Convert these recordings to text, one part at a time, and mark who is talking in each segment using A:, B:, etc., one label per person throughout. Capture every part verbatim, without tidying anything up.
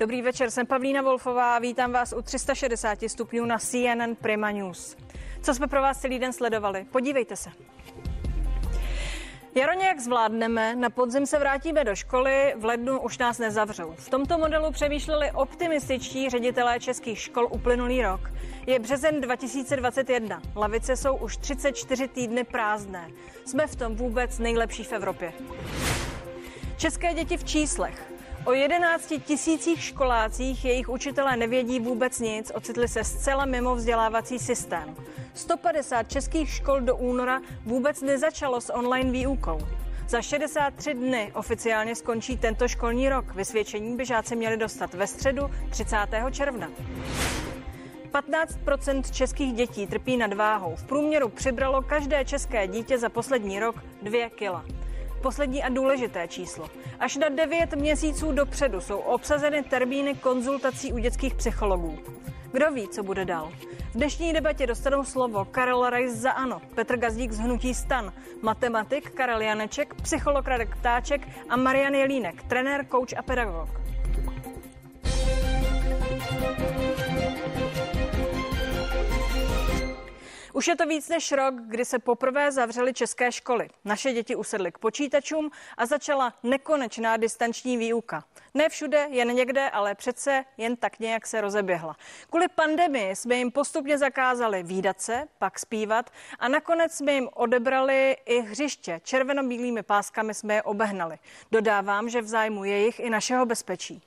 A: Dobrý večer, jsem Pavlína Wolfová a vítám vás u tři sta šedesát stupňů na C N N Prima News. Co jsme pro vás celý den sledovali? Podívejte se. Jaro nějak zvládneme, na podzim se vrátíme do školy, v lednu už nás nezavřou. V tomto modelu přemýšleli optimističtí ředitelé českých škol uplynulý rok. Je březen dva tisíce dvacet jedna, lavice jsou už třicet čtyři týdny prázdné. Jsme v tom vůbec nejlepší v Evropě. České děti v číslech. O jedenácti tisících školácích jejich učitelé nevědí vůbec nic, ocitli se zcela mimo vzdělávací systém. sto padesát českých škol do února vůbec nezačalo s online výukou. Za šedesát tři dny oficiálně skončí tento školní rok. Vysvědčení by žáci měli dostat ve středu třicátého června. patnáct procent českých dětí trpí nadváhou. V průměru přibralo každé české dítě za poslední rok dvě kila. Poslední a důležité číslo. Až na devět měsíců dopředu jsou obsazeny termíny konzultací u dětských psychologů. Kdo ví, co bude dál? V dnešní debatě dostanou slovo Karel Rais za ANO, Petr Gazdík z hnutí STAN, matematik Karel Janeček, psycholog Radek Ptáček a Marian Jelínek, trenér, kouč a pedagog. Už je to víc než rok, kdy se poprvé zavřely české školy. Naše děti usedly k počítačům a začala nekonečná distanční výuka. Ne všude, jen někde, ale přece jen tak nějak se rozeběhla. Kvůli pandemii jsme jim postupně zakázali vídat se, pak zpívat a nakonec jsme jim odebrali i hřiště. Červeno-bílými páskami jsme je obehnali. Dodávám, že v zájmu jejich i našeho bezpečí.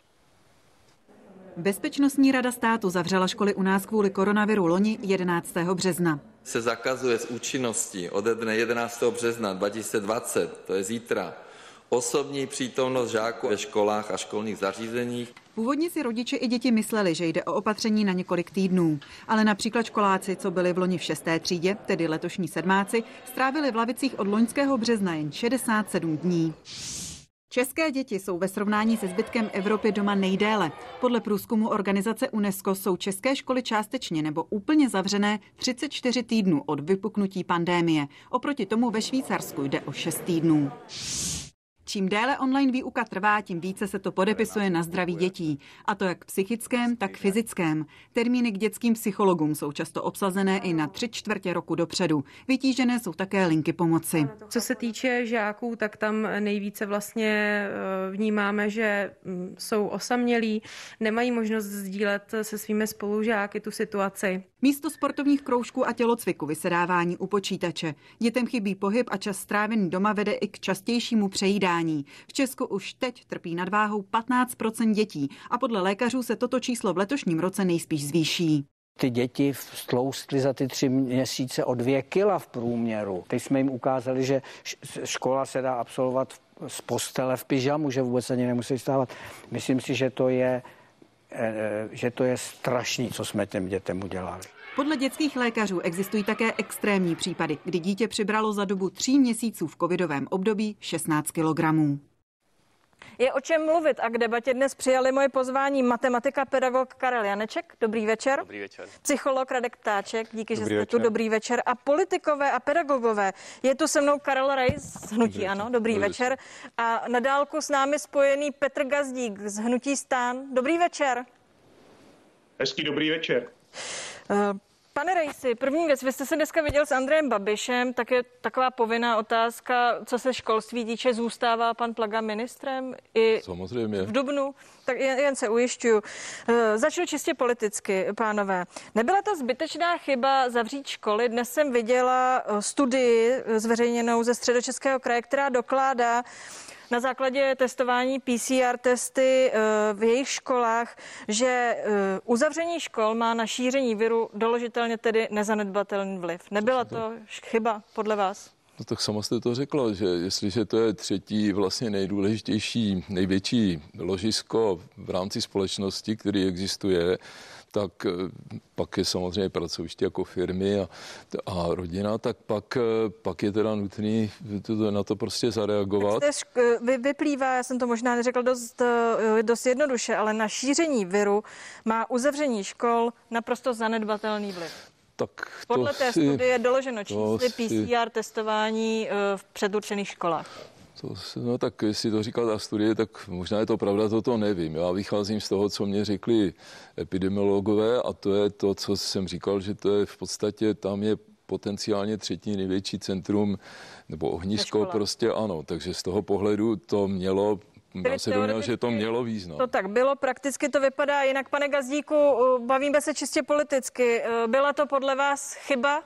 B: Bezpečnostní rada státu zavřela školy u nás kvůli koronaviru loni jedenáctého března.
C: Se zakazuje s účinností ode dne jedenáctého března dva tisíce dvacet, to je zítra, osobní přítomnost žáků ve školách a školních zařízeních.
B: Původně si rodiče i děti mysleli, že jde o opatření na několik týdnů. Ale například školáci, co byli v loni v šesté třídě, tedy letošní sedmáci, strávili v lavicích od loňského března jen šedesát sedm dní. České děti jsou ve srovnání se zbytkem Evropy doma nejdéle. Podle průzkumu organizace UNESCO jsou české školy částečně nebo úplně zavřené třicet čtyři týdnů od vypuknutí pandémie. Oproti tomu ve Švýcarsku jde o šest týdnů. Čím déle online výuka trvá, tím více se to podepisuje na zdraví dětí. A to jak psychickém, tak fyzickém. Termíny k dětským psychologům jsou často obsazené i na tři čtvrtě roku dopředu. Vytížené jsou také linky pomoci.
D: Co se týče žáků, tak tam nejvíce vlastně vnímáme, že jsou osamělí, nemají možnost sdílet se svými spolužáky tu situaci.
B: Místo sportovních kroužků a tělocviku vysedávání u počítače. Dětem chybí pohyb a čas strávený doma vede i k častějšímu přejídání. V Česku už teď trpí nadváhou patnáct procent dětí a podle lékařů se toto číslo v letošním roce nejspíš zvýší.
E: Ty děti stloustly za ty tři měsíce o dvě kila v průměru. Teď jsme jim ukázali, že škola se dá absolvovat z postele v pyžamu, že vůbec ani nemusí stávat. Myslím si, že to je že to je strašný, co jsme těm dětem udělali.
B: Podle dětských lékařů existují také extrémní případy, kdy dítě přibralo za dobu tří měsíců v covidovém období šestnáct kilogramů.
A: Je o čem mluvit a k debatě dnes přijali moje pozvání matematika pedagog Karel Janeček. Dobrý večer.
F: Dobrý večer. Psycholog
A: Radek Ptáček, díky,
F: Dobrý
A: že jste
F: večer.
A: tu. Dobrý večer. A politikové a pedagogové. Je tu se mnou Karel Rais z hnutí ANO. Dobrý, Dobrý večer. večer. A na dálku s námi spojený Petr Gazdík z hnutí STAN. Dobrý večer.
G: Hezký dobrý večer.
A: Uh, Pane Raisi, první věc, vy jste se dneska viděl s Andrejem Babišem, tak je taková povinná otázka, co se školství týče, zůstává pan Plaga ministrem i
H: Samozřejmě.
A: v dubnu, tak jen, jen se ujišťuju. Začnu čistě politicky, pánové. Nebyla to zbytečná chyba zavřít školy? Dnes jsem viděla studii zveřejněnou ze Středočeského kraje, která dokládá, na základě testování P C R testy v jejich školách, že uzavření škol má na šíření viru doložitelně tedy nezanedbatelný vliv. Nebyla to chyba podle vás?
H: No tak sama jste to řekla, že jestliže to je třetí vlastně nejdůležitější, největší ložisko v rámci společnosti, který existuje, tak pak je samozřejmě pracoviště jako firmy a, a rodina, tak pak, pak je teda nutný to, na to prostě zareagovat.
A: Vy, vyplývá, já jsem to možná neřekl dost, dost jednoduše, ale na šíření viru má uzavření škol naprosto zanedbatelný vliv.
H: Tak
A: Podle té
H: si,
A: studie je doloženo čísly
H: si,
A: P C R testování v předurčených školách.
H: To, no tak jestli to říká ta studie, tak možná je to pravda, toto nevím. Já vycházím z toho, co mě řekli epidemiologové a to je to, co jsem říkal, že to je v podstatě, tam je potenciálně třetí největší centrum nebo ohnisko prostě ano. Takže z toho pohledu to mělo, já se domnívám, že to mělo význam.
A: To tak bylo, prakticky to vypadá jinak. Pane Gazdíku, bavíme se čistě politicky. Byla to podle vás chyba?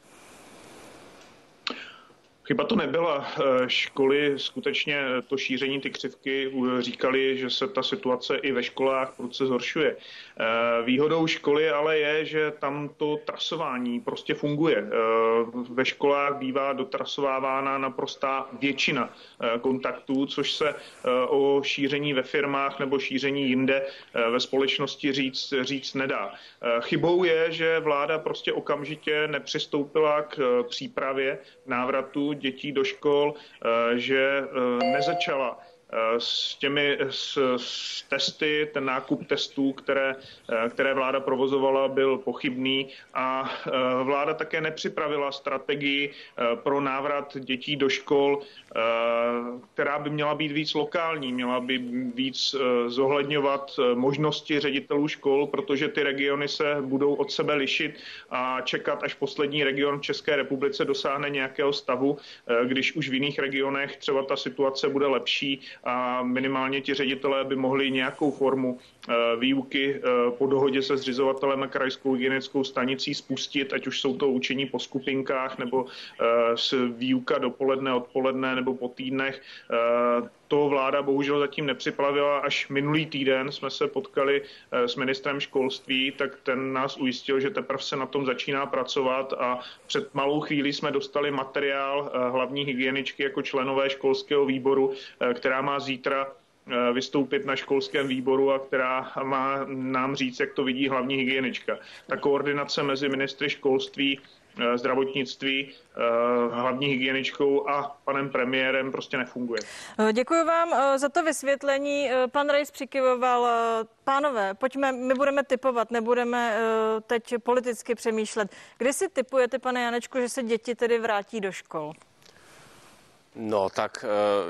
G: Chyba to nebyla. Školy skutečně to šíření ty křivky říkali, že se ta situace i ve školách prudce zhoršuje. Výhodou školy ale je, že tam to trasování prostě funguje. Ve školách bývá dotrasovávána naprostá většina kontaktů, což se o šíření ve firmách nebo šíření jinde ve společnosti říct, říct nedá. Chybou je, že vláda prostě okamžitě nepřistoupila k přípravě návratu dětí do škol, že nezačala s těmi s, s testy, ten nákup testů, které, které vláda provozovala, byl pochybný a vláda také nepřipravila strategii pro návrat dětí do škol, která by měla být víc lokální, měla by víc zohledňovat možnosti ředitelů škol, protože ty regiony se budou od sebe lišit a čekat, až poslední region v České republice dosáhne nějakého stavu, když už v jiných regionech třeba ta situace bude lepší a minimálně ti ředitelé by mohli nějakou formu výuky po dohodě se zřizovatelem a krajskou hygienickou stanicí spustit, ať už jsou to učení po skupinkách nebo výuka dopoledne, odpoledne nebo po týdnech. To vláda bohužel zatím nepřipravila. Až minulý týden jsme se potkali s ministrem školství, tak ten nás ujistil, že teprve se na tom začíná pracovat a před malou chvílí jsme dostali materiál hlavní hygieničky jako členové školského výboru, která má zítra vystoupit na školském výboru a která má nám říct, jak to vidí hlavní hygienička. Ta koordinace mezi ministry školství, zdravotnictví, hlavní hygieničkou a panem premiérem prostě nefunguje.
A: Děkuji vám za to vysvětlení. Pan Rais přikyvoval. Pánové, pojďme, my budeme tipovat, nebudeme teď politicky přemýšlet. Kdy si tipujete, pane Janečku, že se děti tedy vrátí do škol?
F: No tak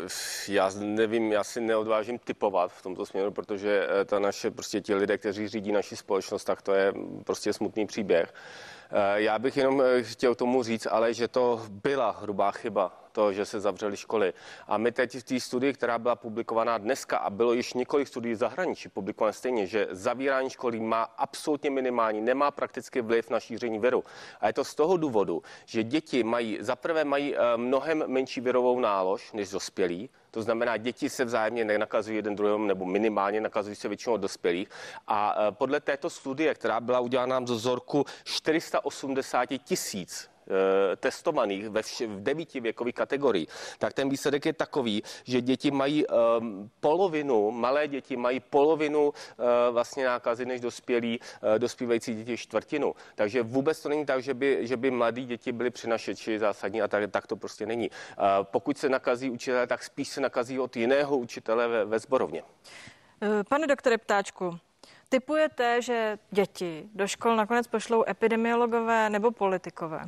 F: já nevím, já si neodvážím tipovat v tomto směru, protože ta naše, prostě ti lidé, kteří řídí naši společnost, tak to je prostě smutný příběh. Já bych jenom chtěl tomu říct, ale že to byla hrubá chyba, to, že se zavřely školy. A my teď v té studii, která byla publikovaná dneska a bylo již několik studií v zahraničí publikované stejně, že zavírání školy má absolutně minimální, nemá prakticky vliv na šíření viru. A je to z toho důvodu, že děti mají, zaprvé mají mnohem menší virovou nálož než dospělí. To znamená, děti se vzájemně nenakazují jeden druhému nebo minimálně nakazují se většinou dospělých. A podle této studie, která byla udělána z vzorku čtyři sta osmdesát tisíc testovaných ve vš- v devíti věkových kategorií, tak ten výsledek je takový, že děti mají um, polovinu, malé děti mají polovinu uh, vlastně nákazy než dospělí, uh, dospívající děti čtvrtinu. Takže vůbec to není tak, že by, že by mladí děti byly přinašeči zásadní a tak, tak to prostě není. Uh, pokud se nakazí učitelé, tak spíš se nakazí od jiného učitele ve, ve sborovně.
A: Pane doktore Ptáčku, tipujete, že děti do škol nakonec pošlou epidemiologové nebo politikové?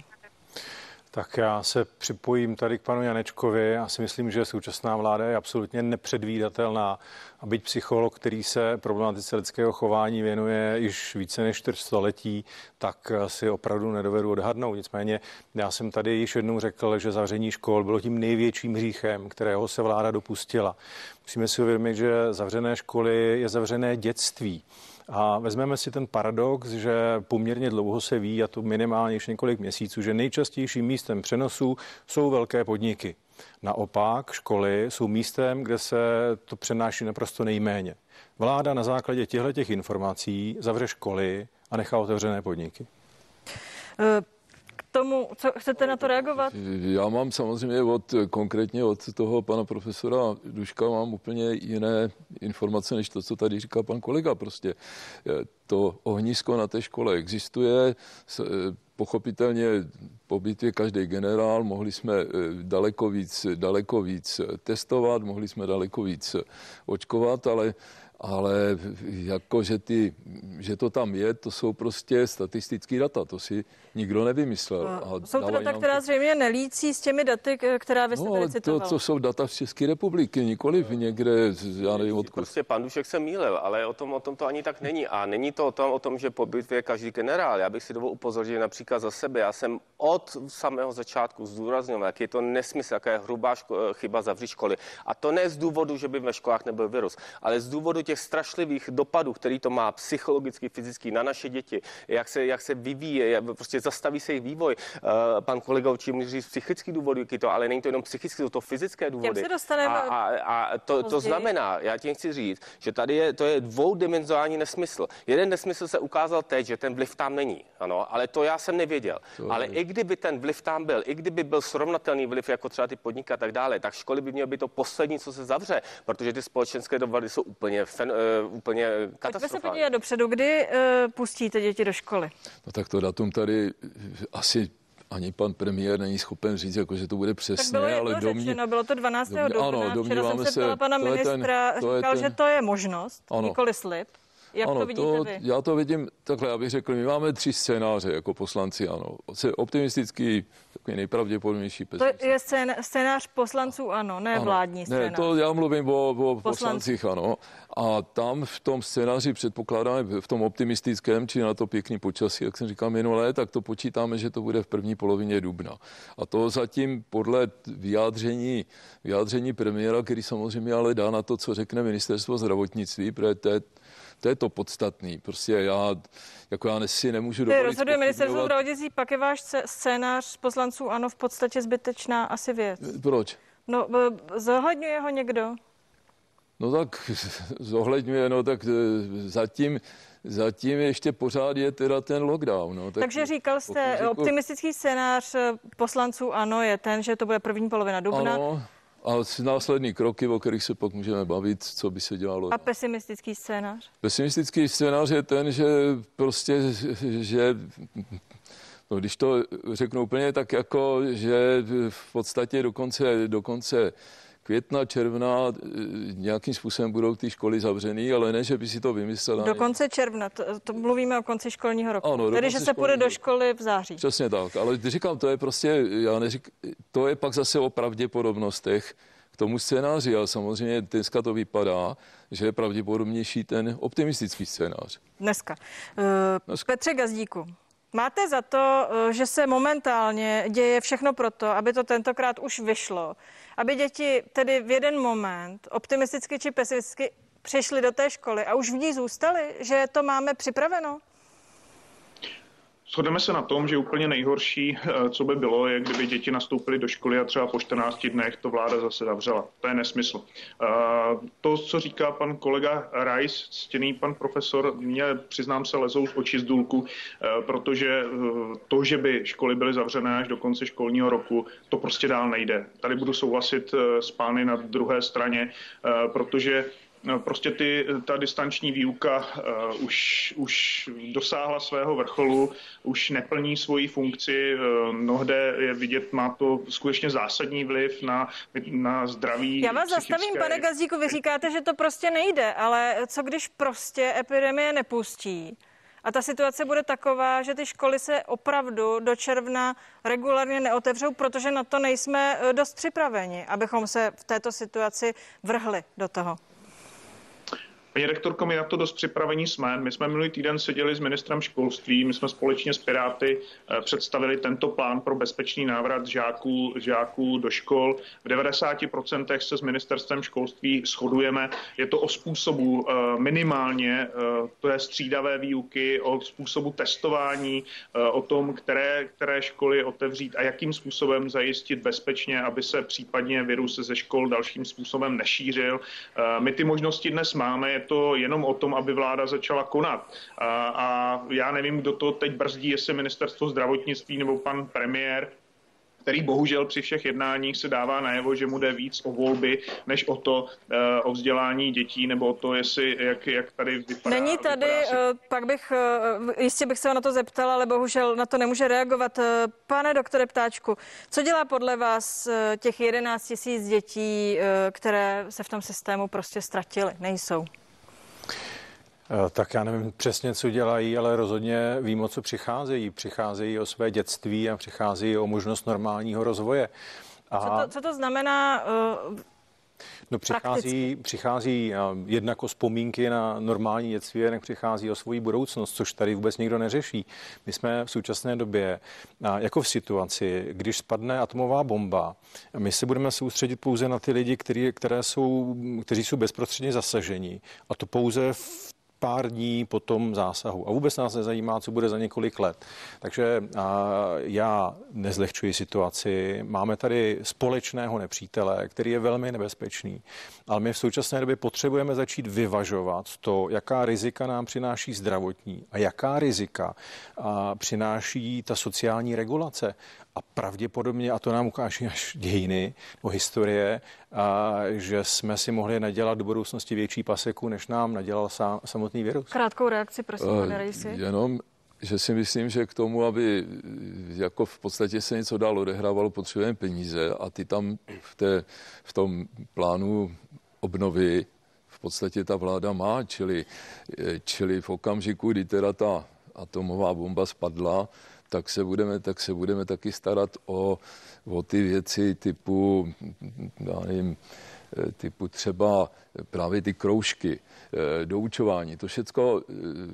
I: Tak já se připojím tady k panu Janečkovi. Já si myslím, že současná vláda je absolutně nepředvídatelná. A byť psycholog, který se problematice lidského chování věnuje již více než čtvrtstoletí, tak si opravdu nedovedu odhadnout. Nicméně já jsem tady již jednou řekl, že zavření škol bylo tím největším hříchem, kterého se vláda dopustila. Musíme si uvědomit, že zavřené školy je zavřené dětství. A vezmeme si ten paradox, že poměrně dlouho se ví, a to minimálně již několik měsíců, že nejčastějším místem přenosu jsou velké podniky. Naopak školy jsou místem, kde se to přenáší naprosto nejméně. Vláda na základě těchto informací zavře školy a nechá otevřené podniky.
A: Uh... tomu, co chcete na to reagovat?
H: Já mám samozřejmě od, konkrétně od toho pana profesora Duška mám úplně jiné informace, než to, co tady říká pan kolega. Prostě to ohnisko na té škole existuje, pochopitelně po bitvě každý generál, mohli jsme daleko víc, daleko víc testovat, mohli jsme daleko víc očkovat, ale ale jako, že, ty, že to tam je, to jsou prostě statistické data, to si nikdo nevymyslel. A
A: jsou to data, která
H: to...
A: zřejmě nelící s těmi daty, která vy jste
H: no,
A: tady
H: ale
A: citoval.
H: to, to jsou data z České republiky, nikoliv někde, já nevím odkud.
F: Prostě pan Dušek se mýlil, ale o tom, o tom to ani tak není. A není to o tom, o tom, že po bitvě je každý generál. Já bych si dovolil upozornit například za sebe. Já jsem od samého začátku zdůraznil, jak je to nesmysl, jaká je hrubá ško- chyba zavřít školy. A to ne z důvodu, že by ve školách nebyl virus, ale z důvodu těch strašlivých dopadů, který to má psychologicky, fyzicky na naše děti, jak se, jak se vyvíje, prostě zastaví se jejich vývoj. Uh, pan kolega určitě může říct psychický důvody, to, ale není to jenom psychické, to, to fyzické důvody.
A: Těm se dostaneme.
F: A, a, a to, to znamená, já ti chci říct, že tady je, to je dvoudimenzionální nesmysl. Jeden nesmysl se ukázal teď, že ten vliv tam není, ano, ale to já jsem nevěděl. To ale je. I kdyby ten vliv tam byl, i kdyby byl srovnatelný vliv jako třeba ty podniky a tak dále, tak školy by měly být to poslední, co se zavře, protože ty společenské dopady jsou úplně, fen, uh, úplně katastrofální.
A: Pojďme se podívat dopředu, kdy uh, pustíte děti do školy?
H: No tak to datum tady asi ani pan premiér není schopen říct, jako, že to bude přesně,
A: tak bylo
H: ale
A: domní... řečeno, bylo to dvanáctého dubna.
H: Ano,
A: domníváme jsem se ptala pana
H: to
A: ministra,
H: ten,
A: říkal,
H: ten,
A: že to je možnost,
H: ano.
A: nikoli slib. Jak
H: ano,
A: to vidíte
H: to,
A: vy?
H: Já to vidím takhle, já bych řekl, my máme tři scénáře jako poslanci, ano. Optimistický, takový nejpravděpodobnější pesimistický.
A: To je scén, scénář poslanců, ano, ne
H: ano.
A: vládní scénář.
H: Ne, to já mluvím o, o poslancích, ano. A tam v tom scénáři předpokládáme, v tom optimistickém, či na to pěkný počasí, jak jsem říkal minulé, tak to počítáme, že to bude v první polovině dubna. A to zatím podle vyjádření, vyjádření premiéra, který samozřejmě ale dá na to, co řekne ministerstvo zdravotnictví, protože to je, to je to podstatný. Prostě já, jako já si nemůžu dovolit...
A: Rozhoduje ministerstvo zdravotnictví, pak je váš scénář poslanců, ano, v podstatě zbytečná asi věc.
H: Proč?
A: No, zohledňuje ho někdo?
H: No tak zohledňuje, no tak zatím, zatím ještě pořád je teda ten lockdown. No, tak
A: Takže říkal jste, řekl, optimistický scénář poslanců ano je ten, že to bude první polovina dubna.
H: Ano, a následný kroky, o kterých se pak můžeme bavit, co by se dělalo.
A: A pesimistický scénář?
H: Pesimistický scénář je ten, že prostě, že... No, když to řeknu úplně tak jako, že v podstatě do konce, do konce května, června nějakým způsobem budou ty školy zavřený, ale ne, že by si to vymyslela.
A: Do konce června, to, to mluvíme o konci školního roku.
H: Ano,
A: tedy, že se půjde do školy v září.
H: Přesně tak, ale říkám, to je prostě, já neřík, to je pak zase o pravděpodobnostech k tomu scénáři, ale samozřejmě dneska to vypadá, že je pravděpodobnější ten optimistický scénář.
A: Dneska. Uh, dneska. Petře Gazdíku, máte za to, že se momentálně děje všechno proto, aby to tentokrát už vyšlo, aby děti tedy v jeden moment optimisticky či pesimisticky přišly do té školy a už v ní zůstaly, že to máme připraveno?
G: Shodneme se na tom, že úplně nejhorší, co by bylo, je, kdyby děti nastoupily do školy a třeba po čtrnácti dnech to vláda zase zavřela. To je nesmysl. To, co říká pan kolega Rais, ctěný pan profesor, mě, přiznám se, lezou z očí z důlku, protože to, že by školy byly zavřené až do konce školního roku, to prostě dál nejde. Tady budu souhlasit s pány na druhé straně, protože prostě ty, ta distanční výuka uh, už, už dosáhla svého vrcholu, už neplní svoji funkci, uh, mnohde je vidět, má to skutečně zásadní vliv na, na zdraví.
A: Já vás psychické... zastavím, pane Gazdíku, vy říkáte, že to prostě nejde, ale co když prostě epidemie nepustí? A ta situace bude taková, že ty školy se opravdu do června regulárně neotevřou, protože na to nejsme dost připraveni, abychom se v této situaci vrhli do toho.
G: Paní rektorko, my na to dost připravení jsme. My jsme minulý týden seděli s ministrem školství, my jsme společně s Piráty představili tento plán pro bezpečný návrat žáků, žáků do škol. V devadesáti procentech se s ministerstvem školství shodujeme. Je to o způsobu minimálně, to je střídavé výuky, o způsobu testování, o tom, které, které školy otevřít a jakým způsobem zajistit bezpečně, aby se případně virus ze škol dalším způsobem nešířil. My ty možnosti dnes máme. Je to jenom o tom, aby vláda začala konat. A, a já nevím, kdo to teď brzdí, jestli ministerstvo zdravotnictví nebo pan premiér, který bohužel při všech jednáních se dává najevo, že mu jde víc o volby, než o to, o vzdělání dětí, nebo o to, jestli, jak, jak tady vypadá.
A: Není tady, vypadá si... pak bych, jistě bych se na to zeptala, ale bohužel na to nemůže reagovat. Pane doktore Ptáčku, co dělá podle vás těch jedenáct tisíc dětí, které se v tom systému prostě ztratily, nejsou?
I: Tak já nevím přesně, co dělají, ale rozhodně vím, o co přicházejí. Přicházejí o své dětství a přicházejí o možnost normálního rozvoje. A...
A: Co, to, co to znamená? Uh...
I: No přichází, přichází jednak o vzpomínky na normální dětství, jednak přichází o svoji budoucnost, což tady vůbec nikdo neřeší. My jsme v současné době jako v situaci, když spadne atomová bomba, my se budeme soustředit pouze na ty lidi, který, které jsou, kteří jsou bezprostředně zasaženi. A to pouze v pár dní po tom zásahu. A vůbec nás nezajímá, co bude za několik let. Takže a, já nezlehčuji situaci. Máme tady společného nepřítele, který je velmi nebezpečný. Ale my v současné době potřebujeme začít vyvažovat to, jaká rizika nám přináší zdravotní a jaká rizika a, přináší ta sociální regulace. A pravděpodobně, a to nám ukáží až dějiny o historie, a že jsme si mohli nadělat do budoucnosti větší paseku, než nám nadělal sám, samotný virus.
A: Krátkou reakci, prosím, uh, pane Rejsi.
H: Jenom, že si myslím, že k tomu, aby jako v podstatě se něco dál odehrávalo, potřebujeme peníze a ty tam v, té, v tom plánu obnovy v podstatě ta vláda má, čili, čili v okamžiku, kdy teda ta atomová bomba spadla, tak se budeme, tak se budeme taky starat o, o ty věci typu, já nevím, typu třeba právě ty kroužky, doučování, to všecko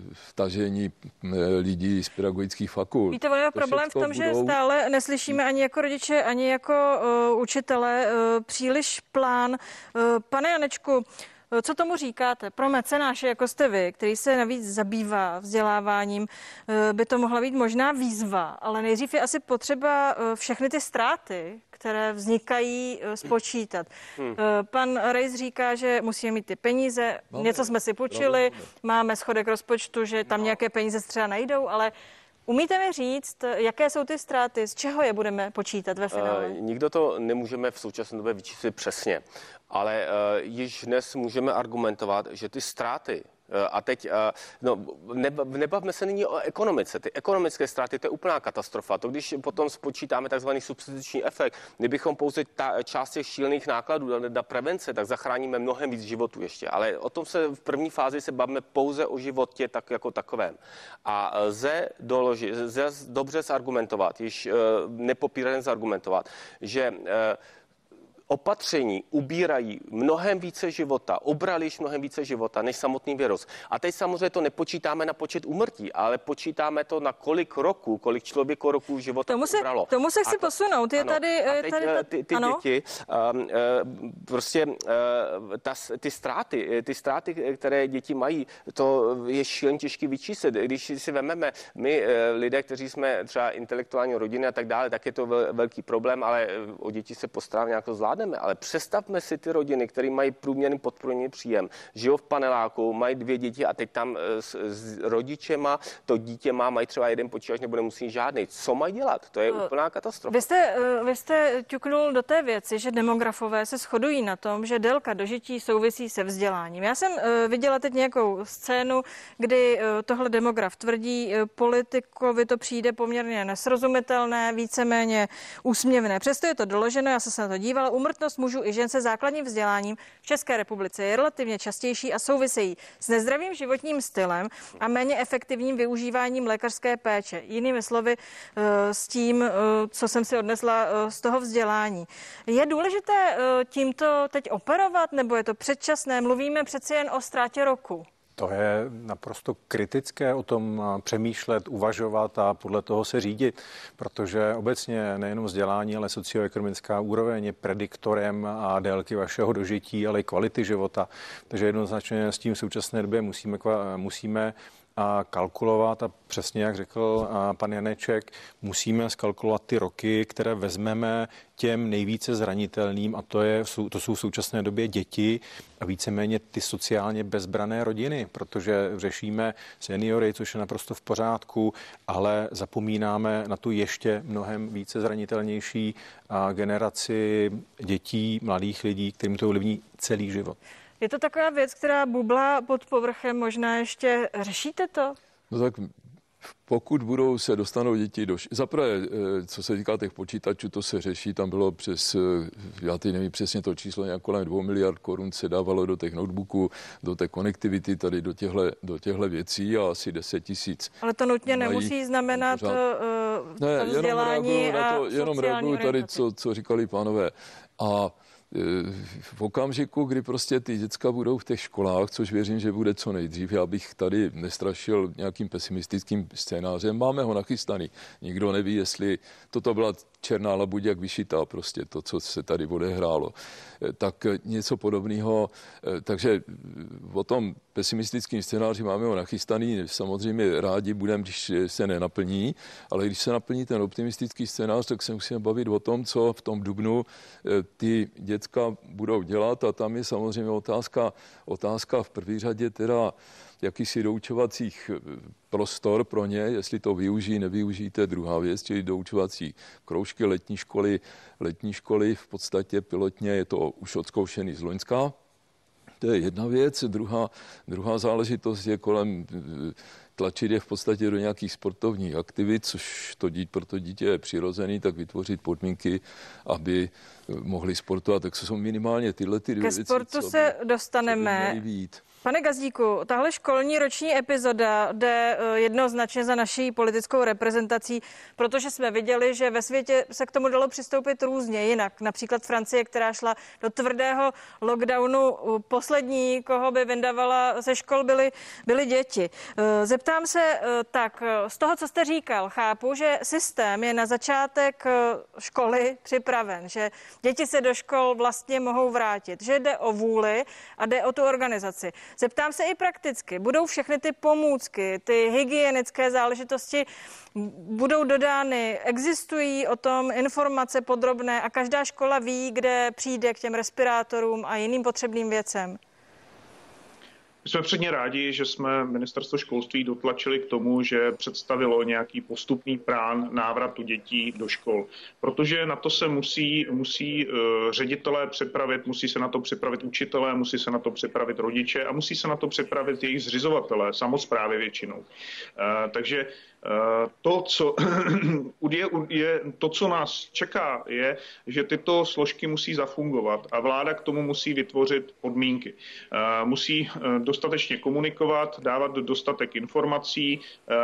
H: vtažení lidí z pedagogických fakult.
A: Víte, on je problém v tom, budou... že stále neslyšíme ani jako rodiče, ani jako uh, učitele uh, příliš plán. Uh, pane Janečku, co tomu říkáte? Pro mecenáše, jako jste vy, který se navíc zabývá vzděláváním, by to mohla být možná výzva, ale nejdřív je asi potřeba všechny ty ztráty, které vznikají, spočítat. Hmm. Pan Rejs říká, že musíme mít ty peníze, no, něco jsme si půjčili, no, máme schodek rozpočtu, že tam no. nějaké peníze třeba najdou, ale umíte mi říct, jaké jsou ty ztráty, z čeho je budeme počítat ve finále?
F: Uh, nikdo to nemůžeme v současné době vyčíslit přesně, ale uh, již dnes můžeme argumentovat, že ty ztráty, uh, a teď, uh, no, nebavme se nyní o ekonomice, ty ekonomické ztráty, to je úplná katastrofa. To, když potom spočítáme takzvaný substituční efekt, kdybychom pouze ta část těch šílených nákladů dali na prevence, tak zachráníme mnohem víc životů ještě. Ale o tom se v první fázi se bavíme pouze o životě tak jako takovém. A lze doložit, lze dobře zargumentovat, již uh, nepopíraně zargumentovat, že uh, opatření ubírají mnohem více života, obrali již mnohem více života než samotný virus. A teď samozřejmě to nepočítáme na počet úmrtí, ale počítáme to na kolik roků, kolik člověku roků života
A: tomu se,
F: ubralo.
A: Tomu se chci
F: to,
A: posunout. Je
F: ano,
A: tady,
F: a teď
A: tady ta,
F: ty, ty děti, um, uh, prostě uh, ta, ty ztráty, ty ztráty, které děti mají, to je šíleně těžký vyčíslit. Když si vememe my, uh, lidé, kteří jsme třeba intelektuální rodiny a tak dále, tak je to vel, velký problém, ale o děti se postaráme, nějak to zvládneme. Ale představme si ty rodiny, které mají průměrný podprůměrný příjem, žijou v paneláku, mají dvě děti a teď tam s, s rodičema to dítě má, mají třeba jeden počítač nebo nemusí žádný. Co mají dělat? To je úplná katastrofa.
A: Vy jste, vy jste ťuknul do té věci, že demografové se shodují na tom, že délka dožití souvisí se vzděláním. Já jsem viděla teď nějakou scénu, kdy tohle demograf tvrdí, politikovi to přijde poměrně nesrozumitelné, víceméně úsměvné. Přesto je to doloženo, já jsem se na to dívala, úmrtnost mužů i žen se základním vzděláním v České republice je relativně častější a souvisejí s nezdravým životním stylem a méně efektivním využíváním lékařské péče. Jinými slovy, s tím, co jsem si odnesla z toho vzdělání. Je důležité tímto teď operovat, nebo je to předčasné? Mluvíme přeci jen o ztrátě roku.
I: To je naprosto kritické o tom přemýšlet, uvažovat a podle toho se řídit, protože obecně nejenom vzdělání, ale socioekonomická úroveň je prediktorem a délky vašeho dožití, ale i kvality života. Takže jednoznačně s tím v současné době musíme, musíme a kalkulovat a přesně, jak řekl pan Janeček, musíme skalkulovat ty roky, které vezmeme těm nejvíce zranitelným a to, je, to jsou v současné době děti a víceméně ty sociálně bezbrané rodiny, protože řešíme seniory, což je naprosto v pořádku, ale zapomínáme na tu ještě mnohem více zranitelnější generaci dětí, mladých lidí, kterým to ovlivní celý život.
A: Je to taková věc, která bublá pod povrchem, možná ještě řešíte to?
H: No tak Pokud budou se dostanou děti do... Zaprvé, co se týká těch počítačů, to se řeší, tam bylo přes, já teď nevím přesně to číslo, nějak kolem dvou miliard korun se dávalo do těch notebooků, do té konektivity, tady do těchto do těchto věcí a asi deset tisíc.
A: Ale to nutně nemusí znamenat uh,
H: ne,
A: vzdělání
H: jenom reaguju, na to, jenom reaguju tady, co, co říkali pánové. A v okamžiku, kdy prostě ty děcka budou v těch školách, což věřím, že bude co nejdřív, já bych tady nestrašil nějakým pesimistickým scénářem, máme ho nachystaný. Nikdo neví, jestli toto byla černá labuť jak vyšitá, prostě to, co se tady odehrálo. Tak něco podobného, takže o tom pesimistickém scénáři máme ho nachystaný, samozřejmě rádi budeme, když se nenaplní, ale když se naplní ten optimistický scénář, tak se musíme bavit o tom, co v tom dubnu ty děcka budou dělat a tam je samozřejmě otázka, otázka v první řadě teda jakýsi doučovacích prostor pro ně, jestli to využijí, nevyužijí, to je druhá věc, čili doučovací kroužky, letní školy, letní školy v podstatě pilotně je to už odzkoušený z loňska. To je jedna věc. Druhá, druhá záležitost je kolem tlačit je v podstatě do nějakých sportovních aktivit, což to dítě, pro to dítě je přirozený, tak vytvořit podmínky, aby mohli sportovat. Tak jsou minimálně tyhle ty dvě věci.
A: Ke sportu se dostaneme. Pane Gazdíku, tahle školní roční epizoda jde jednoznačně za naší politickou reprezentací, protože jsme viděli, že ve světě se k tomu dalo přistoupit různě jinak. Například Francie, která šla do tvrdého lockdownu, poslední, koho by vyndavala ze škol, byly, byly děti. Zeptám se tak, z toho, co jste říkal, chápu, že systém je na začátek školy připraven, že děti se do škol vlastně mohou vrátit, že jde o vůli a jde o tu organizaci. Zeptám se i prakticky, budou všechny ty pomůcky, ty hygienické záležitosti, budou dodány, existují o tom informace podrobné a každá škola ví, kde přijde k těm respirátorům a jiným potřebným věcem?
G: My jsme předně rádi, že jsme ministerstvo školství dotlačili k tomu, že představilo nějaký postupný plán návratu dětí do škol. Protože na to se musí, musí ředitelé připravit, musí se na to připravit učitelé, musí se na to připravit rodiče a musí se na to připravit jejich zřizovatelé, samosprávy většinou. Takže to, co, je, je, to, co nás čeká, je, že tyto složky musí zafungovat a vláda k tomu musí vytvořit podmínky. Musí dostatečně komunikovat, dávat dostatek informací,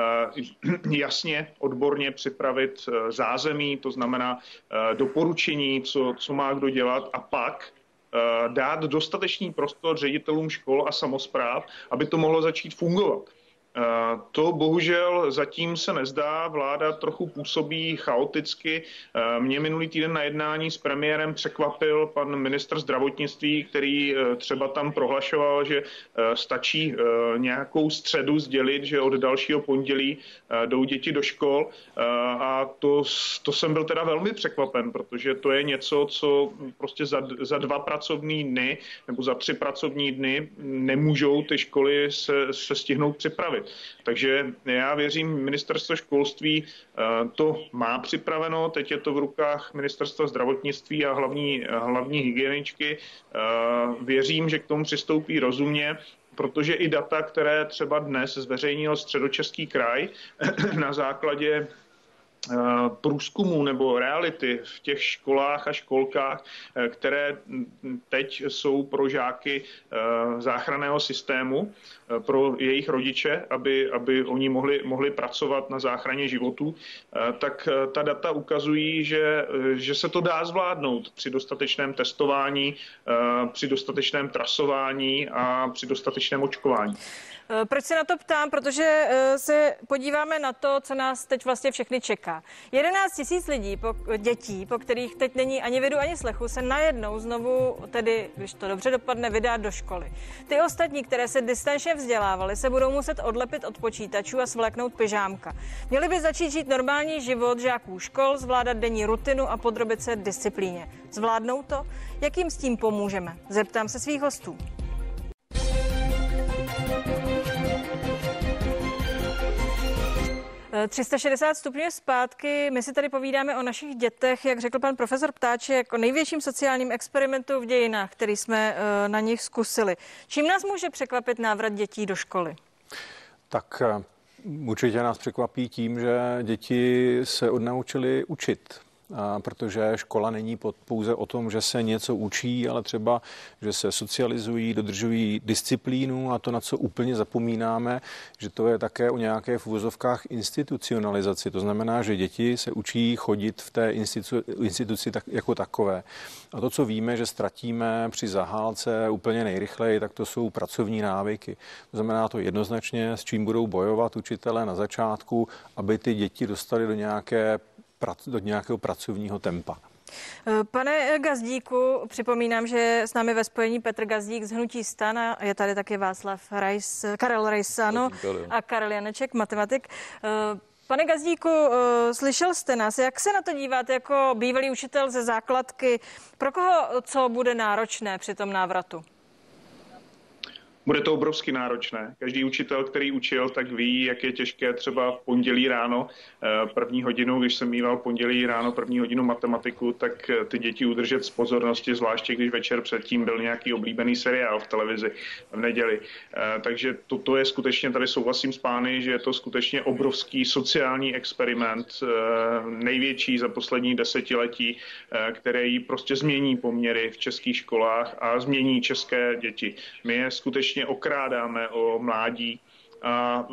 G: jasně, odborně připravit zázemí, to znamená doporučení, co, co má kdo dělat a pak dát dostatečný prostor ředitelům škol a samospráv, aby to mohlo začít fungovat. To bohužel zatím se nezdá, vláda trochu působí chaoticky. Mě minulý týden na jednání s premiérem překvapil pan ministr zdravotnictví, který třeba tam prohlašoval, že stačí nějakou středu sdělit, že od dalšího pondělí jdou děti do škol a to, to jsem byl teda velmi překvapen, protože to je něco, co prostě za, za dva pracovní dny nebo za tři pracovní dny nemůžou ty školy se, se stihnout připravit. Takže já věřím, ministerstvo školství to má připraveno, teď je to v rukách ministerstva zdravotnictví a hlavní, hlavní hygieničky. Věřím, že k tomu přistoupí rozumně, protože i data, které třeba dnes zveřejnil Středočeský kraj na základě průzkumů nebo reality v těch školách a školkách, které teď jsou pro žáky záchranného systému, pro jejich rodiče, aby, aby oni mohli, mohli pracovat na záchraně životů, tak ta data ukazují, že, že se to dá zvládnout při dostatečném testování, při dostatečném trasování a při dostatečném očkování.
A: Proč se na to ptám? Protože se podíváme na to, co nás teď vlastně všechny čeká. jedenáct tisíc lidí, po, dětí, po kterých teď není ani vidu, ani slechu, se najednou znovu, tedy, když to dobře dopadne, vydá do školy. Ty ostatní, které se distančně vzdělávaly, se budou muset odlepit od počítačů a svléknout pyžámka. Měli by začít žít normální život žáků škol, zvládat denní rutinu a podrobit se disciplíně. Zvládnou to? Jak jim s tím pomůžeme? Zeptám se svých hostů. tři sta šedesát stupňů zpátky. My si tady povídáme o našich dětech, jak řekl pan profesor Ptáček, o největším sociálním experimentu v dějinách, který jsme na nich zkusili. Čím nás může překvapit návrat dětí do školy?
I: Tak určitě nás překvapí tím, že děti se odnaučily učit. A protože škola není pouze o tom, že se něco učí, ale třeba, že se socializují, dodržují disciplínu a to, na co úplně zapomínáme, že to je také o nějaké v uvozovkách institucionalizaci. To znamená, že děti se učí chodit v té instituci, instituci tak, jako takové. A to, co víme, že ztratíme při zahálce úplně nejrychleji, tak to jsou pracovní návyky. To znamená to jednoznačně, s čím budou bojovat učitelé na začátku, aby ty děti dostali do nějaké do nějakého pracovního tempa.
A: Pane Gazdíku, připomínám, že s námi ve spojení Petr Gazdík z Hnutí STAN a je tady taky Václav Rais, Karel Rajsano a Karel Janeček, matematik. Pane Gazdíku, slyšel jste nás, jak se na to díváte jako bývalý učitel ze základky? Pro koho co bude náročné při tom návratu?
G: Bude to obrovsky náročné. Každý učitel, který učil, tak ví, jak je těžké třeba v pondělí ráno první hodinu, když jsem mýval pondělí ráno první hodinu matematiku, tak ty děti udržet z pozornosti, zvláště když večer předtím byl nějaký oblíbený seriál v televizi v neděli. Takže toto je skutečně, tady souhlasím s pány, že je to skutečně obrovský sociální experiment, největší za poslední desetiletí, který prostě změní poměry v českých školách a změní české děti. My je skutečně okrádáme o mládí a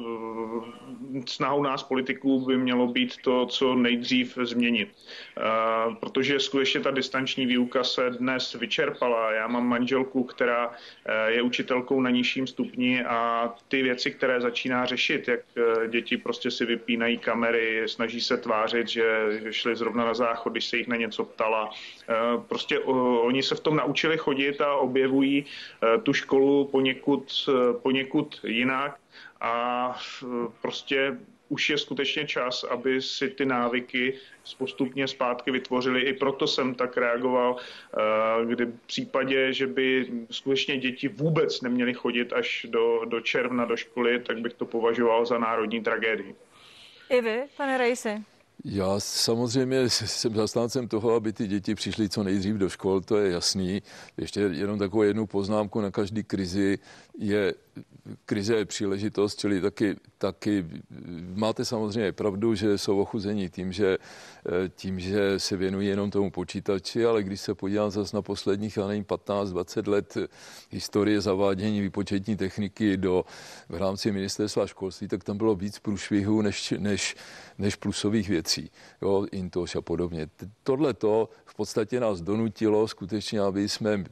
G: snahou nás politiků by mělo být to, co nejdřív změnit. Protože skutečně ta distanční výuka se dnes vyčerpala. Já mám manželku, která je učitelkou na nižším stupni a ty věci, které začíná řešit, jak děti prostě si vypínají kamery, snaží se tvářit, že šli zrovna na záchod, když se jich na něco ptala. Prostě oni se v tom naučili chodit a objevují tu školu poněkud, poněkud jinak. A prostě už je skutečně čas, aby si ty návyky postupně zpátky vytvořili. I proto jsem tak reagoval, kdy v případě, že by skutečně děti vůbec neměly chodit až do, do června do školy, tak bych to považoval za národní tragédii.
A: I vy, pane Rajsi?
H: Já samozřejmě jsem zastáncem toho, aby ty děti přišly co nejdřív do škol, to je jasný. Ještě jenom takovou jednu poznámku na každý krizi je, krize je příležitost, čili taky, taky máte samozřejmě pravdu, že jsou ochuzení tím, že, tím, že se věnují jenom tomu počítači, ale když se podívám zase na posledních, já nevím, patnáct dvacet let historie zavádění výpočetní techniky do, v rámci ministerstva školství, tak tam bylo víc průšvihů než, než, než plusových věcí, jo, Intoš a podobně. Tohle to v podstatě nás donutilo skutečně, aby jsme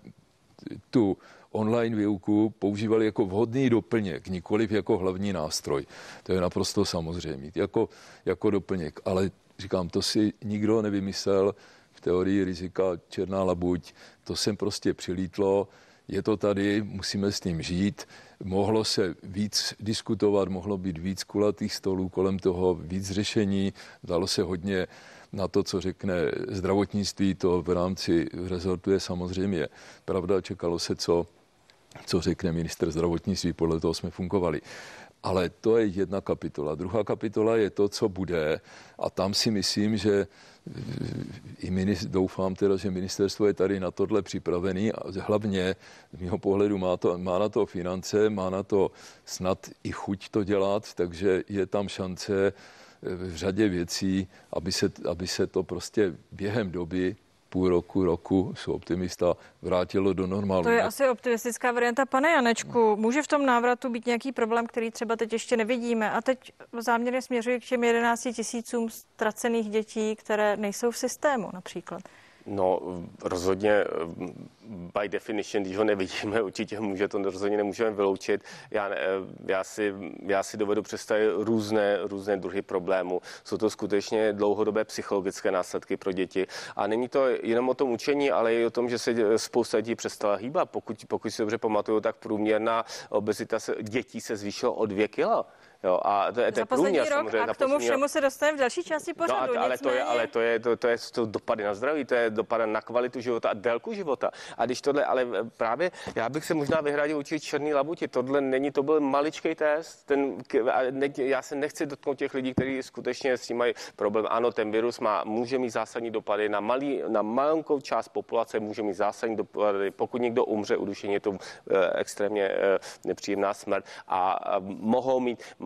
H: tu online výuku používali jako vhodný doplněk, nikoliv jako hlavní nástroj. To je naprosto samozřejmé, jako, jako doplněk. Ale říkám, to si nikdo nevymyslel v teorii rizika černá labuť. To sem prostě přilítlo, je to tady, musíme s tím žít. Mohlo se víc diskutovat, mohlo být víc kulatých stolů kolem toho, víc řešení, dalo se hodně na to, co řekne zdravotnictví, to v rámci rezortu je samozřejmě pravda, čekalo se, co, co řekne ministr zdravotnictví, podle toho jsme fungovali. Ale to je jedna kapitola. Druhá kapitola je to, co bude a tam si myslím, že i ministr, doufám teda, že ministerstvo je tady na tohle připravený a hlavně z mého pohledu má, to, má na to finance, má na to snad i chuť to dělat, takže je tam šance v řadě věcí, aby se, aby se to prostě během doby půl roku, roku, jsou optimista, vrátilo do normálu.
A: To je asi optimistická varianta. Pane Janečku, může v tom návratu být nějaký problém, který třeba teď ještě nevidíme? A teď záměrně směřuji k těm jedenácti tisícům ztracených dětí, které nejsou v systému například.
F: No, rozhodně by definition, když ho nevidíme, určitě může, to rozhodně nemůžeme vyloučit. Já, já, si, já si dovedu představit různé, různé druhy problémů. Jsou to skutečně dlouhodobé psychologické následky pro děti. A není to jenom o tom učení, ale i o tom, že se spousta dětí přestala hýbat. Pokud, pokud si dobře pamatuju, tak průměrná obezita se, dětí se zvýšila o dvě kila. Jo, a to je, to je průměr,
A: rok a k tomu všemu se dostaneme v další části pořadu.
F: No, ale, to je, ale to je, to, to je to dopady na zdraví, to je dopady na kvalitu života a délku života. A když tohle, ale právě já bych se možná vyhradil učit černý labuti. Tohle není, to byl maličkej test. Ten, já se nechci dotknout těch lidí, kteří skutečně s tím mají problém. Ano, ten virus má, může mít zásadní dopady na, malý, na malinkou část populace, může mít zásadní dopady. Pokud někdo umře udušeně, je to extrémně nepříjemná smrt a mohou mít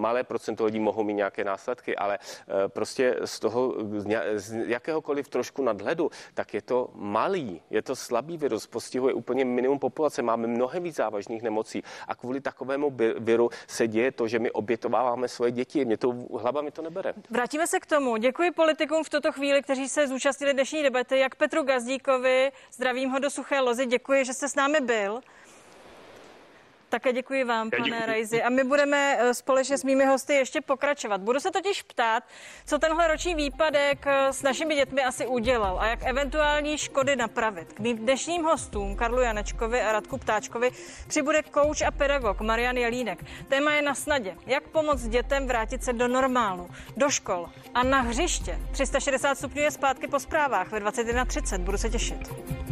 F: malé procento lidí mohou mít nějaké následky, ale prostě z toho, z jakéhokoliv trošku nadhledu, tak je to malý, je to slabý virus, postihuje úplně minimum populace, máme mnohem víc závažných nemocí a kvůli takovému viru se děje to, že my obětováváme svoje děti. Mě to, hlava mi to nebere.
A: Vrátíme se k tomu. Děkuji politikům v tuto chvíli, kteří se zúčastnili dnešní debaty, jak Petru Gazdíkovi, zdravím ho do Suché Lozi, děkuji, že jste s námi byl. Také děkuji vám, pane Rajzi. A my budeme společně s mými hosty ještě pokračovat. Budu se totiž ptát, co tenhle roční výpadek s našimi dětmi asi udělal a jak eventuální škody napravit. K mým dnešním hostům, Karlu Janečkovi a Radku Ptáčkovi, přibude kouč a pedagog Marian Jelínek. Téma je na snadě. Jak pomoct dětem vrátit se do normálu, do škol a na hřiště. tři sta šedesát stupňů je zpátky po zprávách ve dvacet jedna třicet. Budu se těšit.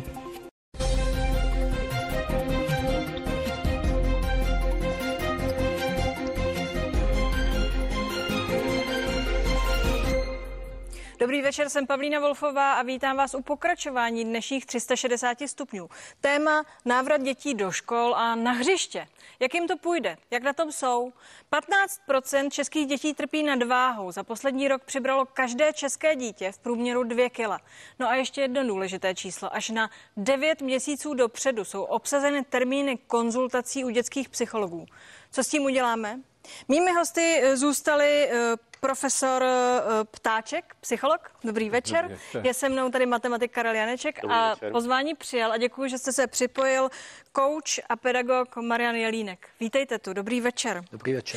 A: Dobrý večer, jsem Pavlína Wolfová a vítám vás u pokračování dnešních tři sta šedesát stupňů. Téma návrat dětí do škol a na hřiště. Jak jim to půjde? Jak na tom jsou? patnáct procent českých dětí trpí nadváhou. Za poslední rok přibralo každé české dítě v průměru dvě kila. No a ještě jedno důležité číslo. Až na devět měsíců dopředu jsou obsazeny termíny konzultací u dětských psychologů. Co s tím uděláme? Mými hosty zůstali profesor Ptáček, psycholog. Dobrý večer. Dobrý večer. Je se mnou tady matematik Karel Janeček. Dobrý a večer. Pozvání přijal a děkuji, že jste se připojil kouč a pedagog Marian Jelínek. Vítejte tu. Dobrý večer.
J: Dobrý večer.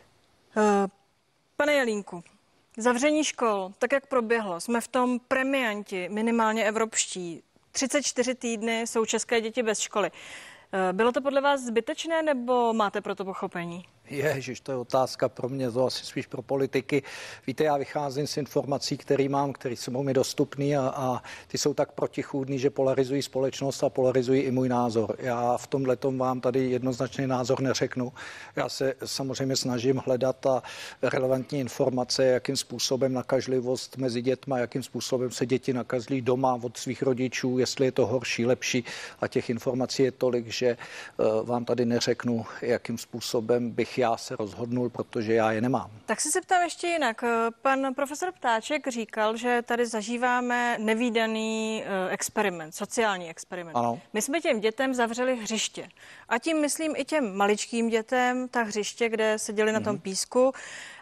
A: Pane Jelínku, zavření škol, tak jak proběhlo, jsme v tom premianti, minimálně evropští. třicet čtyři týdny jsou české děti bez školy. Bylo to podle vás zbytečné, nebo máte pro to pochopení?
J: Ježiš, to je otázka pro mě, to asi spíš pro politiky. Víte, já vycházím z informací, které mám, které jsou mi dostupné a, a ty jsou tak protichůdný, že polarizují společnost a polarizují i můj názor. Já v tomhletom vám tady jednoznačný názor neřeknu. Já se samozřejmě snažím hledat ta relevantní informace, jakým způsobem nakažlivost mezi dětma, jakým způsobem se děti nakazlí doma od svých rodičů, jestli je to horší, lepší. A těch informací je tolik, že uh, vám tady neřeknu, jakým způsobem bych já se rozhodnul, protože já je nemám.
A: Tak si se ptám ještě jinak. Pan profesor Ptáček říkal, že tady zažíváme nevídaný experiment, sociální experiment.
J: Ano.
A: My jsme těm dětem zavřeli hřiště. A tím myslím i těm maličkým dětem, ta hřiště, kde seděli mm-hmm. na tom písku,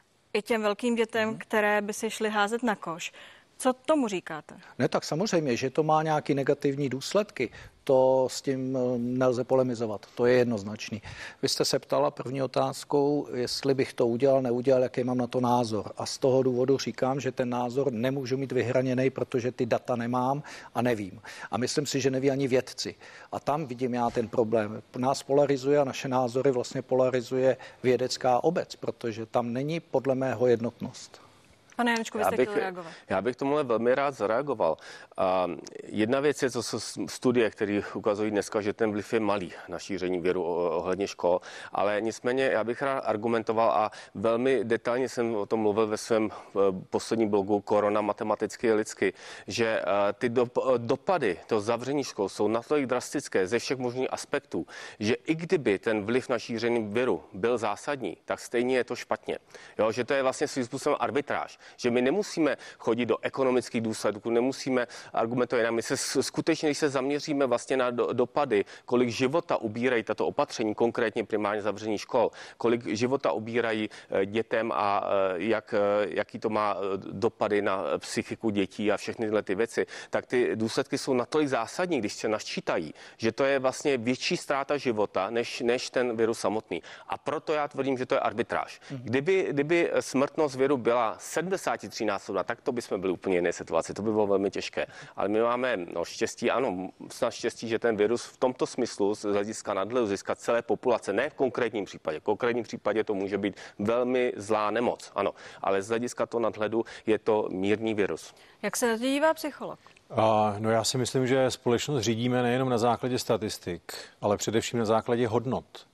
A: i těm velkým dětem, mm-hmm. které by si šly házet na koš. Co tomu říkáte?
J: Ne, tak samozřejmě, že to má nějaké negativní důsledky. To s tím nelze polemizovat, to je jednoznačný. Vy jste se ptala první otázkou, jestli bych to udělal, neudělal, jaký mám na to názor. A z toho důvodu říkám, že ten názor nemůžu mít vyhraněný, protože ty data nemám a nevím. A myslím si, že neví ani vědci. A tam vidím já ten problém. Nás polarizuje a naše názory vlastně polarizuje vědecká obec, protože tam není podle mého jednotnost.
A: Pane Janečku, vy jste
F: bych,
A: chtěl reagovat.
F: Já bych tomuhle velmi rád zareagoval. Uh, jedna věc je, co jsou studie, které ukazují dneska, že ten vliv je malý na šíření viru ohledně škol, ale nicméně já bych rád argumentoval a velmi detailně jsem o tom mluvil ve svém uh, posledním blogu Korona matematicky a lidsky, že uh, ty do, uh, dopady toho zavření škol jsou natolik drastické ze všech možných aspektů, že i kdyby ten vliv na šíření viru byl zásadní, tak stejně je to špatně. Jo, že to je vlastně svým způsobem arbitráž. Že my nemusíme chodit do ekonomických důsledků, nemusíme argumentovat, my se skutečně, když se zaměříme vlastně na do, dopady, kolik života ubírají tato opatření, konkrétně primárně zavření škol, kolik života ubírají dětem a jak, jaký to má dopady na psychiku dětí a všechny tyhle ty věci, tak ty důsledky jsou natolik zásadní, když se nasčítají, že to je vlastně větší ztráta života, než, než ten virus samotný. A proto já tvrdím, že to je arbitráž. Kdyby, kdyby smrtnost viru byla sedmdesát tři násobná, tak to bychom byli úplně jiné situaci. To by bylo velmi těžké. Ale my máme no, štěstí, ano, snad štěstí, že ten virus v tomto smyslu z hlediska nadhledu získat celé populace, ne v konkrétním případě. V konkrétním případě to může být velmi zlá nemoc, ano. Ale z hlediska toho nadhledu je to mírný virus.
A: Jak se na to dívá psycholog?
I: A, no já si myslím, že společnost řídíme nejenom na základě statistik, ale především na základě hodnot.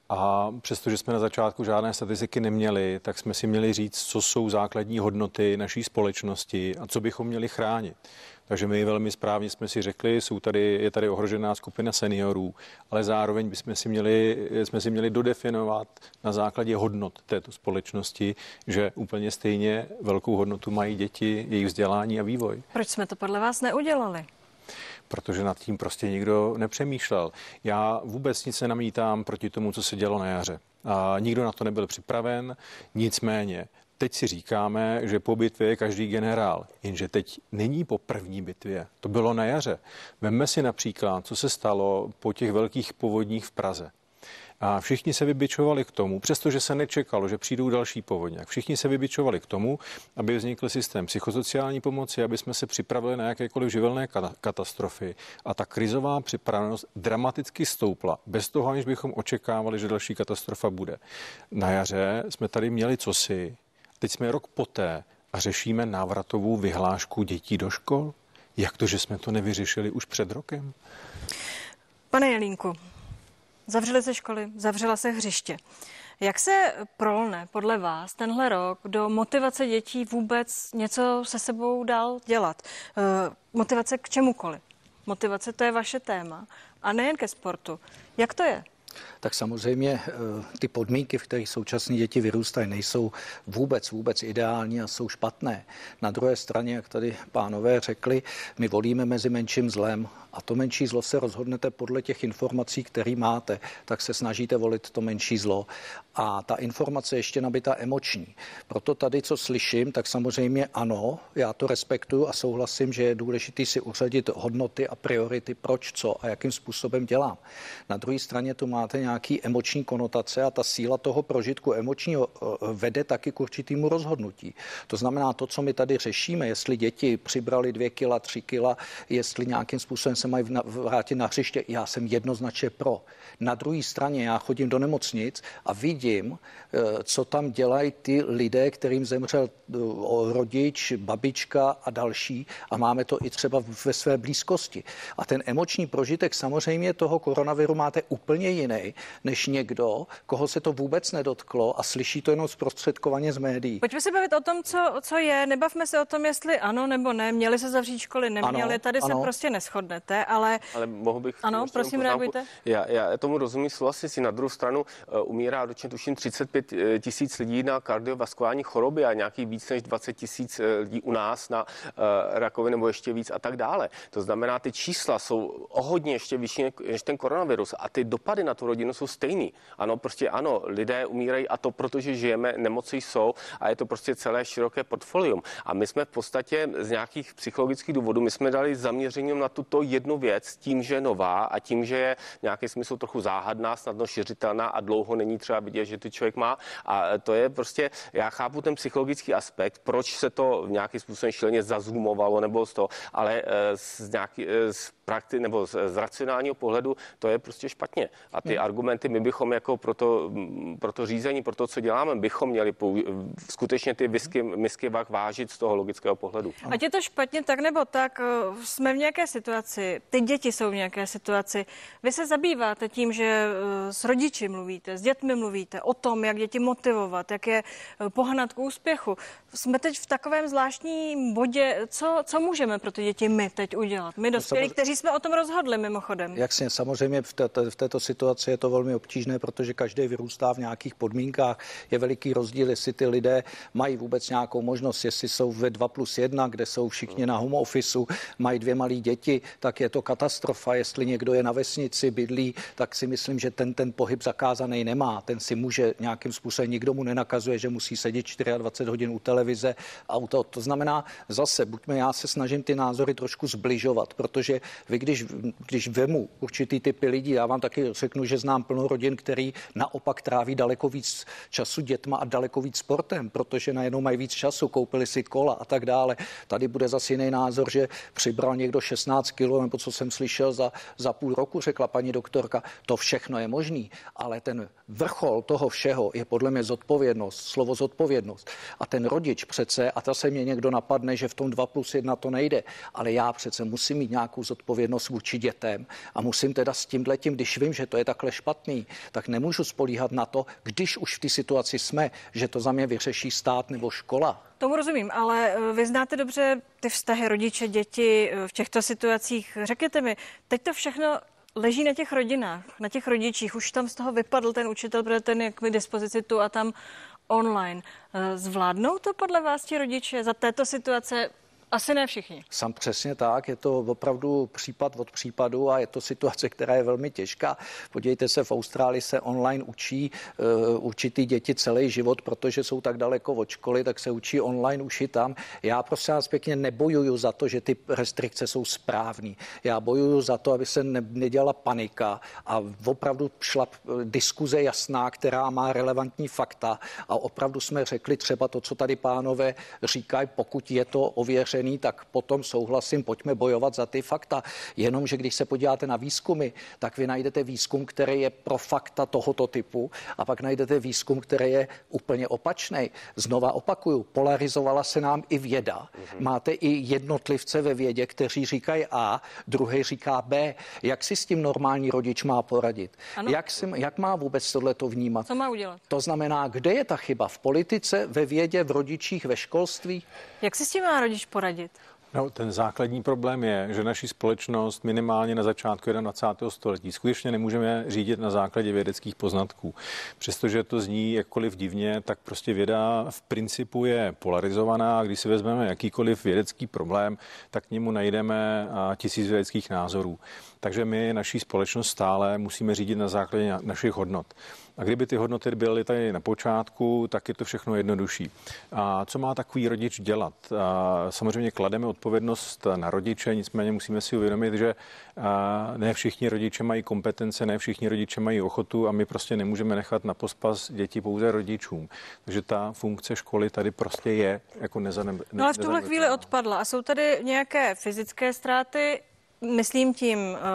I: A přestože jsme na začátku žádné statistiky neměli, tak jsme si měli říct, co jsou základní hodnoty naší společnosti a co bychom měli chránit. Takže my velmi správně jsme si řekli, jsou tady, je tady ohrožená skupina seniorů, ale zároveň bychom si měli, jsme si měli dodefinovat na základě hodnot této společnosti, že úplně stejně velkou hodnotu mají děti, jejich vzdělání a vývoj.
A: Proč jsme to podle vás neudělali?
I: Protože nad tím prostě nikdo nepřemýšlel. Já vůbec nic nenamítám proti tomu, co se dělo na jaře. A nikdo na to nebyl připraven, nicméně teď si říkáme, že po bitvě je každý generál, jenže teď není po první bitvě. To bylo na jaře. Vemme si například, co se stalo po těch velkých povodních v Praze. A všichni se vybičovali k tomu, přestože se nečekalo, že přijdou další povodně. Všichni se vybičovali k tomu, aby vznikl systém psychosociální pomoci, aby jsme se připravili na jakékoliv živelné katastrofy. A ta krizová připravenost dramaticky stoupla, bez toho, aniž bychom očekávali, že další katastrofa bude. Na jaře jsme tady měli cosi, teď jsme rok poté a řešíme návratovou vyhlášku dětí do škol. Jak to, že jsme to nevyřešili už před rokem?
A: Pane Jelínku, zavřely se školy, zavřela se hřiště. Jak se prolne podle vás tenhle rok do motivace dětí vůbec něco se sebou dál dělat? E, motivace k čemukoliv. Motivace, to je vaše téma. A nejen ke sportu. Jak to je?
J: Tak samozřejmě ty podmínky, v kterých současné děti vyrůstají, nejsou vůbec, vůbec ideální a jsou špatné. Na druhé straně, jak tady pánové řekli, my volíme mezi menším zlem a to menší zlo se rozhodnete podle těch informací, které máte, tak se snažíte volit to menší zlo. A ta informace je ještě nabitá emoční. Proto tady, co slyším, tak samozřejmě ano, já to respektuju a souhlasím, že je důležité si uřadit hodnoty a priority, proč, co a jakým způsobem dělám. Na druhé straně tu máte nějaký emoční konotace a ta síla toho prožitku emočního vede taky k určitému rozhodnutí. To znamená to, co my tady řešíme, jestli děti přibrali dvě kila, tři kila, jestli nějakým způsobem se mají vrátit na hřiště, já jsem jednoznačně pro. Na druhé straně já chodím do nemocnic a vidím, co tam dělají ty lidé, kterým zemřel rodič, babička a další a máme to i třeba ve své blízkosti. A ten emoční prožitek samozřejmě toho koronaviru máte úplně jiný, než někdo, koho se to vůbec nedotklo a slyší to jenom zprostředkovaně z médií.
A: Pojďme se bavit o tom, co, co je. Nebavme se o tom, jestli ano nebo ne. Měli se zavřít školy, neměli. Ano, Tady ano. se prostě neshodnete, ale...
F: Ale mohu bych...
A: Ano, prosím, reagujte.
F: Já, já tomu rozumím, souhlasím si. Na druhou stranu uh, umírá ročně tuším třicet pět tisíc lidí na kardiovaskulární choroby a nějaký víc než dvacet tisíc lidí u nás na uh, rakoviny nebo ještě víc a tak dále. To znamená, ty čísla jsou o hodně ještě vyšší než ten koronavirus a ty dopady na tu rodinu jsou stejný. Ano, prostě ano, lidé umírají a to protože žijeme, nemoci jsou a je to prostě celé široké portfolium. A my jsme v podstatě z nějakých psychologických důvodů, my jsme dali zaměřením na tuto jednu věc tím, že je nová a tím, že je v nějakém smyslu trochu záhadná, snadno šiřitelná a dlouho není třeba vidět, že to člověk má. A to je prostě, já chápu ten psychologický aspekt, proč se to v nějakým způsobem šíleně zazoomovalo nebo z toho, ale z nějaký, z prakty, nebo z, z racionálního pohledu to je prostě špatně. A ty hmm. argumenty my bychom jako pro to, pro to řízení, pro to, co děláme, bychom měli pou, skutečně ty misky, misky vah vážit z toho logického pohledu.
A: Ať je to špatně tak nebo tak, jsme v nějaké situaci, ty děti jsou v nějaké situaci. Vy se zabýváte tím, že s rodiči mluvíte, s dětmi mluvíte o tom, jak děti motivovat, jak je pohnat k úspěchu. Jsme teď v takovém zvláštním bodě, co, co můžeme pro ty děti my teď udělat? My dospělí, no, kteří jsme o tom rozhodli mimochodem.
J: Jasně, samozřejmě v této, v této situaci je to velmi obtížné, protože každý vyrůstá v nějakých podmínkách. Je veliký rozdíl, jestli ty lidé mají vůbec nějakou možnost, jestli jsou ve dva plus jedna, kde jsou všichni na home officeu, mají dvě malé děti, tak je to katastrofa. Jestli někdo je na vesnici, bydlí, tak si myslím, že ten, ten pohyb zakázaný nemá. Ten si může nějakým způsobem, nikdo mu nenakazuje, že musí sedět dvacet čtyři hodin u televize. A to, to znamená zase, buďme, já se snažím ty názory trošku zbližovat, protože vy, když, když vemu určitý typy lidí, já vám taky řeknu, že znám plno rodin, který naopak tráví daleko víc času dětma a daleko víc sportem, protože najednou mají víc času, koupili si kola a tak dále. Tady bude zase jiný názor, že přibral někdo šestnáct kilo, nebo co jsem slyšel za, za půl roku, řekla paní doktorka, to všechno je možný, ale ten vrchol toho všeho je podle mě zodpovědnost, slovo zodpovědnost. A ten rodič přece, a to se mě někdo napadne, že v tom dva plus jedna to nejde, ale já přece musím mít nějakou zodpovědnost vůči dětem a musím teda s tímhletím, když vím, že to je tak takhle špatný, tak nemůžu spolíhat na to, když už v té situaci jsme, že to za mě vyřeší stát nebo škola.
A: Tomu rozumím, ale vy znáte dobře ty vztahy rodiče, děti v těchto situacích. Řekněte mi, teď to všechno leží na těch rodinách, na těch rodičích. Už tam z toho vypadl ten učitel, protože ten je k dispozici tu a tam online. Zvládnou to podle vás ti rodiče za této situace? Asi ne všichni.
J: Sam přesně tak, je to opravdu případ od případu a je to situace, která je velmi těžká. Podívejte se, v Austrálii se online učí uh, určitý děti celý život, protože jsou tak daleko od školy, tak se učí online, už i tam. Já prostě vás pěkně nebojuju za to, že ty restrikce jsou správný. Já bojuju za to, aby se ne, nedělala panika a opravdu šla diskuze jasná, která má relevantní fakta a opravdu jsme řekli třeba to, co tady pánové říkají, pokud je to ověřené, tak potom souhlasím, pojďme bojovat za ty fakta. Jenomže když se podíváte na výzkumy, tak vy najdete výzkum, který je pro fakta tohoto typu a pak najdete výzkum, který je úplně opačný. Znova opakuju, polarizovala se nám i věda. Mm-hmm. Máte i jednotlivce ve vědě, kteří říkají A, druhý říká B. Jak si s tím normální rodič má poradit? Jak, si, jak má vůbec tohleto vnímat?
A: Co má udělat?
J: To znamená, kde je ta chyba? V politice, ve vědě, v rodičích, ve školství?
A: Jak si s tím má rodič poradit?
I: No, ten základní problém je, že naši společnost minimálně na začátku dvacátého prvního století skutečně nemůžeme řídit na základě vědeckých poznatků. Přestože to zní jakkoliv divně, tak prostě věda v principu je polarizovaná. Když si vezmeme jakýkoliv vědecký problém, tak k němu najdeme tisíc vědeckých názorů. Takže my naší společnost stále musíme řídit na základě našich hodnot. A kdyby ty hodnoty byly tady na počátku, tak je to všechno jednodušší. A co má takový rodič dělat? A samozřejmě klademe odpovědnost na rodiče, nicméně musíme si uvědomit, že ne všichni rodiče mají kompetence, ne všichni rodiče mají ochotu a my prostě nemůžeme nechat na pospas děti pouze rodičům. Takže ta funkce školy tady prostě je jako nezanedbatelná.
A: No ale v tuhle chvíli odpadla. A jsou tady nějaké fyzické ztráty? Myslím tím,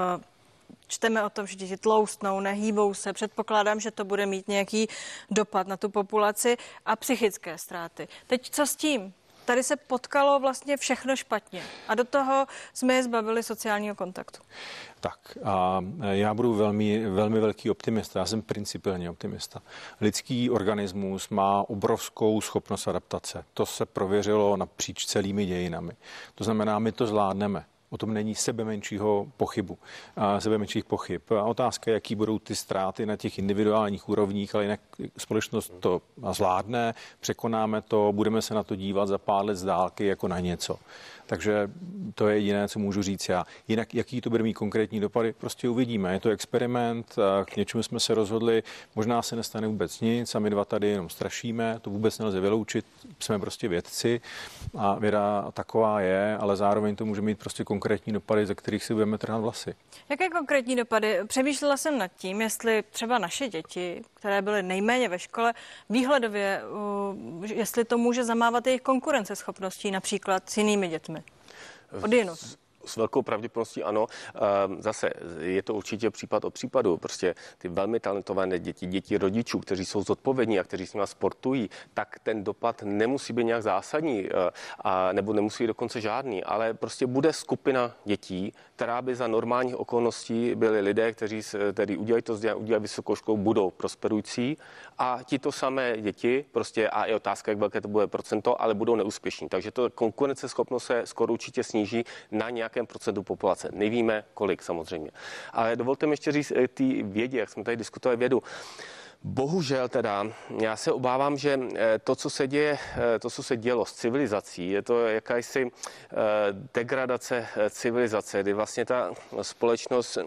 A: čteme o tom, že děti tloustnou, nehýbou se. Předpokládám, že to bude mít nějaký dopad na tu populaci a psychické ztráty. Teď co s tím? Tady se potkalo vlastně všechno špatně a do toho jsme je zbavili sociálního kontaktu.
I: Tak a já budu velmi, velmi velký optimista, já jsem principiálně optimista. Lidský organismus má obrovskou schopnost adaptace. To se prověřilo napříč celými dějinami. To znamená, my to zvládneme. O tom není sebe menšího pochybu, sebe menších pochyb. A otázka, jaký budou ty ztráty na těch individuálních úrovních, ale jinak společnost to zvládne, překonáme to, budeme se na to dívat za pár let z dálky jako na něco. Takže to je jediné, co můžu říct já. Jinak, jaký to bude mít konkrétní dopady, prostě uvidíme. Je to experiment, k něčemu jsme se rozhodli, možná se nestane vůbec nic a my dva tady jenom strašíme, to vůbec nelze vyloučit, jsme prostě vědci a věda taková je, ale zároveň to může mít prostě konkrétní dopady, ze kterých si budeme trhat vlasy.
A: Jaké konkrétní dopady? Přemýšlela jsem nad tím, jestli třeba naše děti, které byly nejméně ve škole, výhledově, jestli to může zamávat jejich konkurenceschopností například s jinými dětmi. Odjinut.
F: S velkou pravděpodobností ano. Zase je to určitě případ o případu. Prostě ty velmi talentované děti, děti rodičů, kteří jsou zodpovědní a kteří s nimi sportují, tak ten dopad nemusí být nějak zásadní a nebo nemusí být dokonce žádný, ale prostě bude skupina dětí, která by za normálních okolností byli lidé, kteří, kteří udělají to vzdělání, udělají vysokou školu, budou prosperující a ti to samé děti, prostě a je otázka, jak velké to bude procento, ale budou neúspěšní. Takže to konkurenceschopnost se skoro určitě sníží na nějakém procentu populace. Nevíme kolik samozřejmě. Ale dovolte mi ještě říct ty vědě, jak jsme tady diskutovali vědu. Bohužel teda, já se obávám, že to, co se děje, to, co se dělo s civilizací, je to jakási degradace civilizace, kdy vlastně ta společnost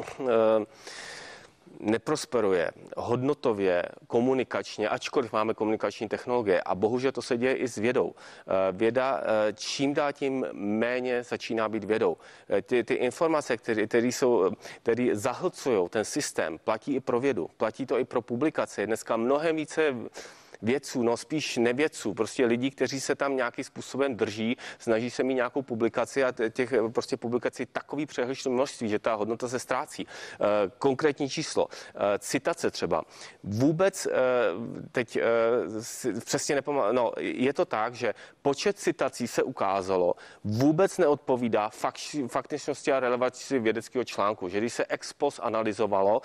F: neprosperuje hodnotově, komunikačně, ačkoliv máme komunikační technologie. A bohužel to se děje i s vědou. Věda čím dál tím méně začíná být vědou. Ty, ty informace, které jsou, které zahlcují ten systém, platí i pro vědu. Platí to i pro publikace. Je dneska mnohem více vědců, no spíš nevědců, prostě lidí, kteří se tam nějakým způsobem drží, snaží se mít nějakou publikaci a těch prostě publikací takový přehlížné množství, že ta hodnota se ztrácí. Konkrétní číslo, citace třeba. Vůbec teď přesně nepamatuji, no je to tak, že počet citací se ukázalo vůbec neodpovídá fakt, faktičnosti a relevanci vědeckého článku, že když se ex post analyzovalo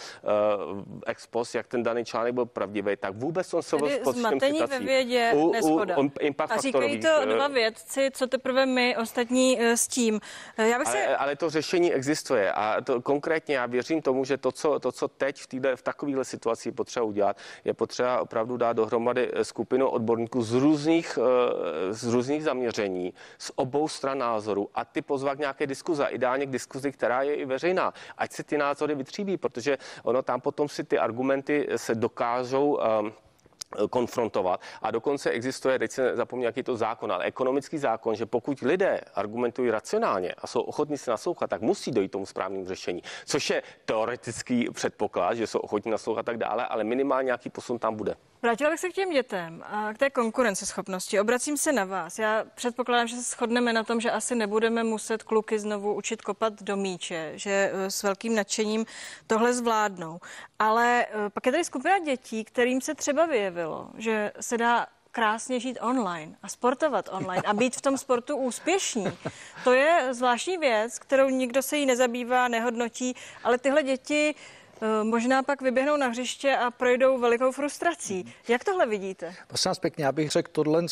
F: ex post, jak ten daný článek byl pravdivý, tak vůbec on se s
A: zmatení ve vědě neshoda. A říkají to dva vědci, co teprve my ostatní s tím. Já bych se...
F: ale, ale to řešení existuje a to konkrétně já věřím tomu, že to, co, to, co teď v, týhle, v takovéhle situaci je potřeba udělat, je potřeba opravdu dát dohromady skupinu odborníků z různých, z různých zaměření, z obou stran názoru a ty pozvat k nějaké diskuze, ideálně k diskuzi, která je i veřejná. Ať se ty názory vytříbí, protože ono tam potom si ty argumenty se dokážou um, konfrontovat. A dokonce existuje, teď se zapomněl, jaký to zákon, ale ekonomický zákon, že pokud lidé argumentují racionálně a jsou ochotní se naslouchat, tak musí dojít tomu správnému řešení. Což je teoretický předpoklad, že jsou ochotní naslouchat a tak dále, ale minimálně nějaký posun tam bude.
A: Vrátila bych se k těm dětem a k té konkurenceschopnosti. Obracím se na vás. Já předpokládám, že se shodneme na tom, že asi nebudeme muset kluky znovu učit kopat do míče, že s velkým nadšením tohle zvládnou. Ale pak je tady skupina dětí, kterým se třeba vyjevilo, že se dá krásně žít online a sportovat online a být v tom sportu úspěšní. To je zvláštní věc, kterou nikdo se jí nezabývá, nehodnotí, ale tyhle děti možná pak vyběhnou na hřiště a projdou velikou frustrací. Jak tohle vidíte?
J: Prosím vás pěkně, já bych řekl tohle.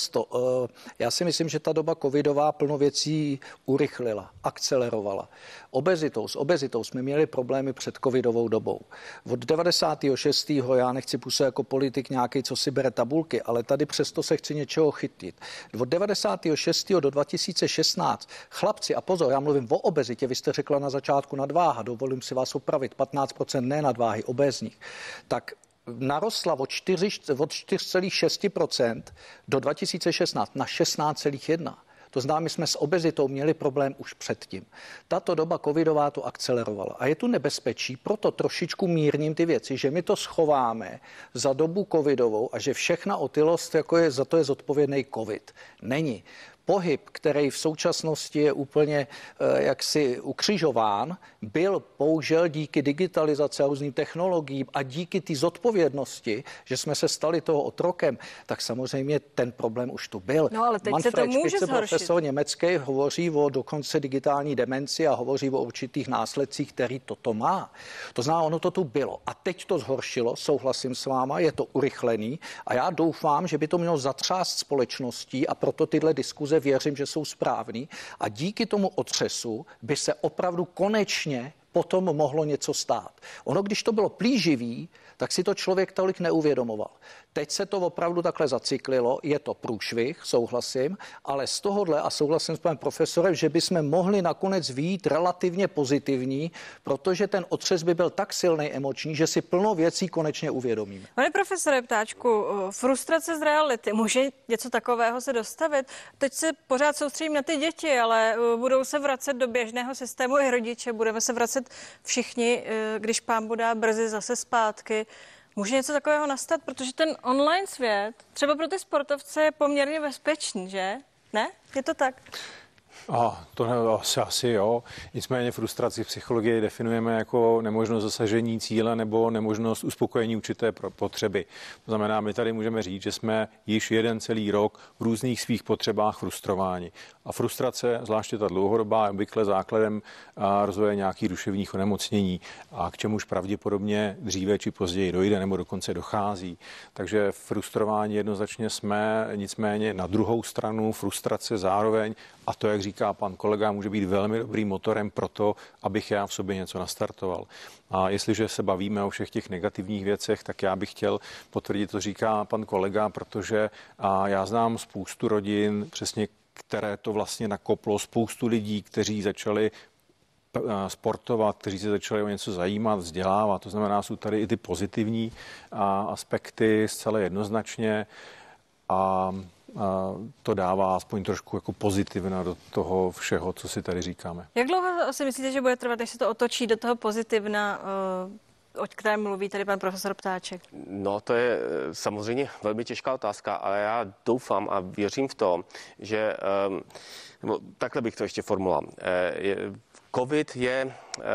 J: Já si myslím, že ta doba covidová plno věcí urychlila, akcelerovala. Obezitou, s obezitou jsme měli problémy před covidovou dobou. Od devadesátého šestého já nechci působit jako politik nějaký, co si bere tabulky, ale tady přesto se chci něčeho chytit. Od devadesátého šestého do dva tisíce šestnáct chlapci, a pozor, já mluvím o obezitě, vy jste řekla na začátku nadváha, dovolím si vás opravit, patnáct procent ne nadváhy, obézních, tak narostla od čtyři celá šest procenta do dva tisíce šestnáct na šestnáct celá jedna. To znamená, my jsme s obezitou měli problém už předtím. Tato doba covidová to akcelerovala. A je tu nebezpečí, proto trošičku mírním ty věci, že my to schováme za dobu covidovou a že všechna otylost, jako je, za to je zodpovědný covid. Není. Pohyb, který v současnosti je úplně eh, jaksi ukřižován, byl bohužel díky digitalizaci a různým technologiím a díky té zodpovědnosti, že jsme se stali toho otrokem, tak samozřejmě ten problém už tu byl.
A: No ale teď
J: Manfred
A: se to může
J: Spitzer,
A: zhoršit.
J: profesor německý, hovoří o dokonce digitální demenci a hovoří o určitých následcích, který toto má. To znamená, ono to tu bylo. A teď to zhoršilo, souhlasím s váma, je to urychlený a já doufám, že by to mělo zatřást společností a proto tyhle diskuze věřím, že jsou správný a díky tomu otřesu by se opravdu konečně potom mohlo něco stát. Ono, když to bylo plíživý, tak si to člověk tolik neuvědomoval. Teď se to opravdu takhle zacyklilo, je to průšvih, souhlasím, ale z tohohle, a souhlasím s panem profesorem, že bychom mohli nakonec vyjít relativně pozitivní, protože ten otřes by byl tak silný emoční, že si plno věcí konečně uvědomíme.
A: Pane profesore Ptáčku, frustrace z reality, může něco takového se dostavit? Teď se pořád soustředím na ty děti, ale budou se vracet do běžného systému i rodiče, budeme se vracet všichni, když pán bude brzy zase zpátky. Může něco takového nastat, protože ten online svět třeba pro ty sportovce je poměrně bezpečný, že? Ne? Je to tak?
I: A to ne, asi, asi jo. Nicméně frustraci v psychologii definujeme jako nemožnost dosažení cíle nebo nemožnost uspokojení určité potřeby. To znamená, my tady můžeme říct, že jsme již jeden celý rok v různých svých potřebách frustrováni. A frustrace, zvláště ta dlouhodobá, je obvykle základem rozvoje nějakých duševních onemocnění, a k čemuž pravděpodobně dříve či později dojde nebo dokonce dochází. Takže frustrování jednoznačně jsme, nicméně na druhou stranu frustrace zároveň, a to, jak říká pan kolega, může být velmi dobrým motorem pro to, abych já v sobě něco nastartoval. A jestliže se bavíme o všech těch negativních věcech, tak já bych chtěl potvrdit, to říká pan kolega, protože já znám spoustu rodin, přesně které to vlastně nakoplo, spoustu lidí, kteří začali sportovat, kteří se začali o něco zajímat, vzdělávat. To znamená, jsou tady i ty pozitivní aspekty zcela jednoznačně a A to dává aspoň trošku jako pozitivna do toho všeho, co si tady říkáme.
A: Jak dlouho si myslíte, že bude trvat, než se to otočí do toho pozitivna? o kterém mluví tady pan profesor Ptáček?
F: No, to je samozřejmě velmi těžká otázka, ale já doufám a věřím v to, že, nebo takhle bych to ještě formuloval. COVID je,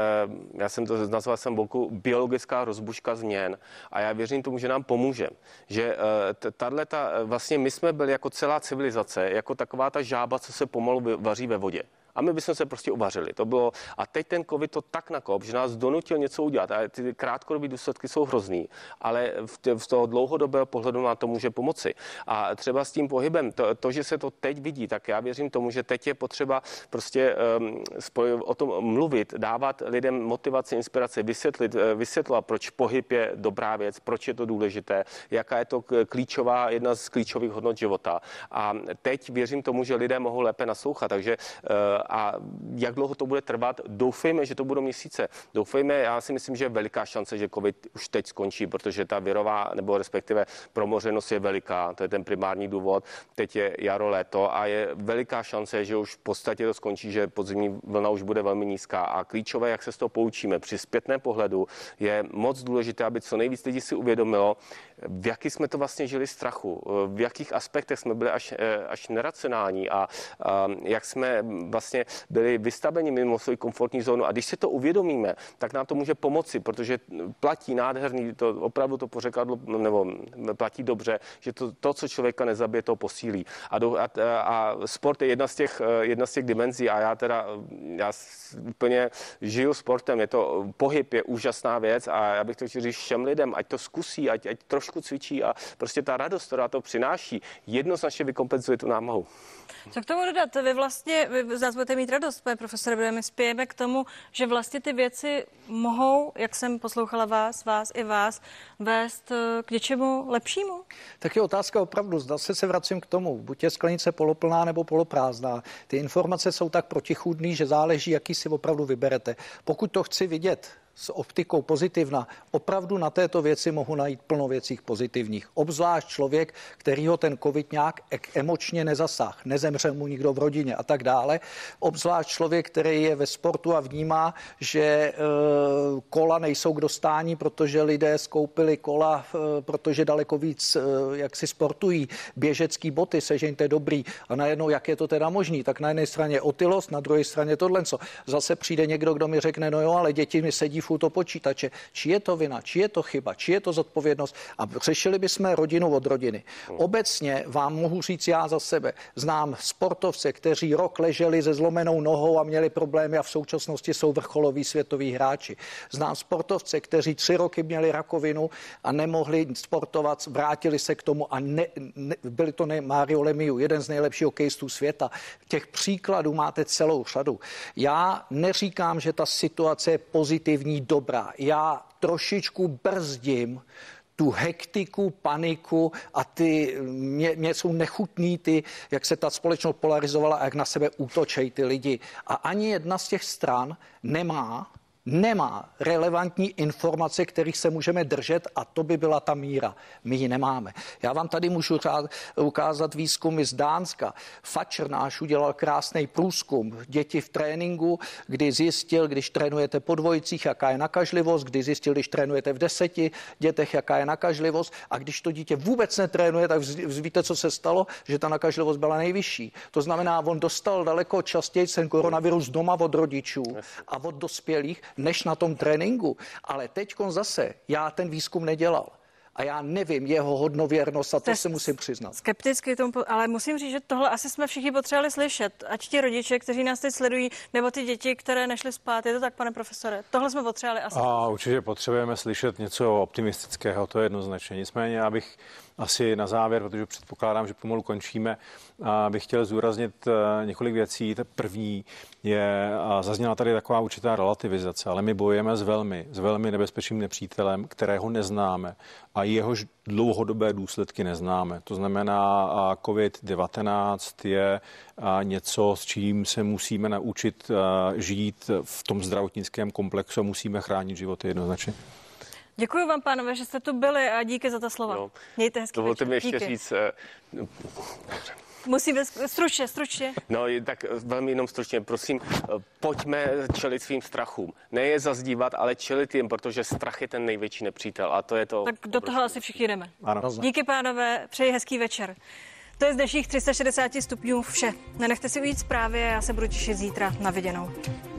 F: já jsem to nazval jsem boku, biologická rozbuška změn a já věřím tomu, že nám pomůže. Že tato, vlastně my jsme byli jako celá civilizace, jako taková ta žába, co se pomalu vaří ve vodě. A my bychom se prostě uvařili. To bylo, a teď ten covid to tak nakop, že nás donutil něco udělat. A ty krátkodobé důsledky jsou hrozný, ale v, tě, v toho dlouhodobého pohledu nám to může pomoci. A třeba s tím pohybem, to, to, že se to teď vidí, tak já věřím tomu, že teď je potřeba prostě um, spoj, o tom mluvit, dávat lidem motivaci, inspiraci, vysvětlit, vysvětlovat, proč pohyb je dobrá věc, proč je to důležité, jaká je to klíčová, jedna z klíčových hodnot života. A teď věřím tomu, že lidé mohou lépe naslouchat, takže uh, a jak dlouho to bude trvat, doufejme, že to budou měsíce. Doufejme, já si myslím, že je veliká šance, že covid už teď skončí, protože ta virová nebo respektive promořenost je veliká, to je ten primární důvod. Teď je jaro, léto a je veliká šance, že už v podstatě to skončí, že podzimní vlna už bude velmi nízká a klíčové, jak se z toho poučíme při zpětném pohledu, je moc důležité, aby co nejvíc lidí si uvědomilo, v jaký jsme to vlastně žili strachu, v jakých aspektech jsme byli až, až neracionální a, a jak jsme vlastně byli vystaveni mimo svou komfortní zónu. A když si to uvědomíme, tak nám to může pomoci, protože platí nádherný, to opravdu to pořekadlo, nebo platí dobře, že to, to co člověka nezabije, to posílí. A, do, a, a sport je jedna z těch, jedna z těch dimenzí a já teda, já úplně žiju sportem, je to, pohyb je úžasná věc a já bych to chtěl říct všem lidem, ať to zkusí, ať, ať trošku cvičí a prostě ta radost, která to přináší, jednoznačně vykompenzuje tu námahu.
A: Co k tomu dodat? Vy vlastně, vy zase budete mít radost, pane profesore, protože my spějeme k tomu, že vlastně ty věci mohou, jak jsem poslouchala vás, vás i vás, vést k něčemu lepšímu?
J: Tak je otázka opravdu, zase se vracím k tomu, buď je sklenice poloplná nebo poloprázdná. Ty informace jsou tak protichůdný, že záleží, jaký si opravdu vyberete. Pokud to chci vidět s optikou pozitivna, opravdu na této věci mohu najít plno věcí pozitivních. Obzvlášť člověk, který ho ten covid nějak emočně nezasáh, nezemřel mu nikdo v rodině a tak dále. Obzvlášť člověk, který je ve sportu a vnímá, že e, kola nejsou k dostání, protože lidé skoupili kola, e, protože daleko víc, e, jak si sportují, běžecký boty, sežeňte dobrý. A najednou, jak je to teda možný? Tak na jedné straně otylost, na druhé straně tohle. Zase přijde někdo, kdo mi řekne, no jo, ale děti mi sedí furt o počítače. Či je to vina, či je to chyba, či je to zodpovědnost. A řešili bychom rodinu od rodiny. Obecně vám mohu říct já za sebe. Znám sportovce, kteří rok leželi se zlomenou nohou a měli problémy a v současnosti jsou vrcholoví světoví hráči. Znám sportovce, kteří tři roky měli rakovinu a nemohli sportovat, vrátili se k tomu a ne, ne, byli to ne, Mario Lemieux, jeden z nejlepších hokejistů světa. Těch příkladů máte celou řadu. Já neříkám, že ta situace je pozitivní, dobrá. Já trošičku brzdím tu hektiku, paniku a ty, mě, mě jsou nechutný ty, jak se ta společnost polarizovala a jak na sebe útočejí ty lidi. A ani jedna z těch stran nemá nemá relevantní informace, kterých se můžeme držet a to by byla ta míra. My ji nemáme. Já vám tady můžu řád, ukázat výzkumy z Dánska. Fatcher náš udělal krásný průzkum děti v tréninku, kdy zjistil, když trénujete po dvojicích, jaká je nakažlivost, kdy zjistil, když trénujete v deseti dětech, jaká je nakažlivost a když to dítě vůbec netrénuje, tak víte, co se stalo, že ta nakažlivost byla nejvyšší. To znamená, on dostal daleko častěji ten koronavirus doma od rodičů a od dospělých, než na tom tréninku. Ale teďkon zase, já ten výzkum nedělal. A já nevím jeho hodnověrnost a to Jste se musím přiznat.
A: Skepticky tomu, ale musím říct, že tohle asi jsme všichni potřebovali slyšet. Ať ti rodiče, kteří nás teď sledují, nebo ty děti, které nešly spát. Je to tak, pane profesore? Tohle jsme potřebovali asi. A
I: určitě potřebujeme slyšet něco optimistického, to je jednoznačně. Nicméně, já bych asi na závěr, protože předpokládám, že pomalu končíme, bych chtěl zúraznit několik věcí. Ta první je, a zazněla tady taková určitá relativizace, ale my bojujeme s velmi, s velmi nebezpečným nepřítelem, kterého neznáme a jehož dlouhodobé důsledky neznáme. To znamená, covid devatenáct je něco, s čím se musíme naučit žít v tom zdravotnickém komplexu a musíme chránit životy jednoznačně.
A: Děkuji vám, pánové, že jste tu byli a díky za ta slova. No, mějte hezký
F: dovolte
A: večer.
F: mi ještě
A: díky.
F: říct,
A: Musíme stručně, stručně.
F: No, tak velmi jenom stručně, prosím, pojďme čelit svým strachům. Ne je zazdívat, ale čelit jim, protože strach je ten největší nepřítel a to je to.
A: Tak do toho asi všichni jdeme.
I: Ano.
A: Díky, pánové, přeji hezký večer. To je z dnešních tři sta šedesát stupňů vše. Nenechte si ujít zprávy a já se budu těšit zítra. Na viděnou.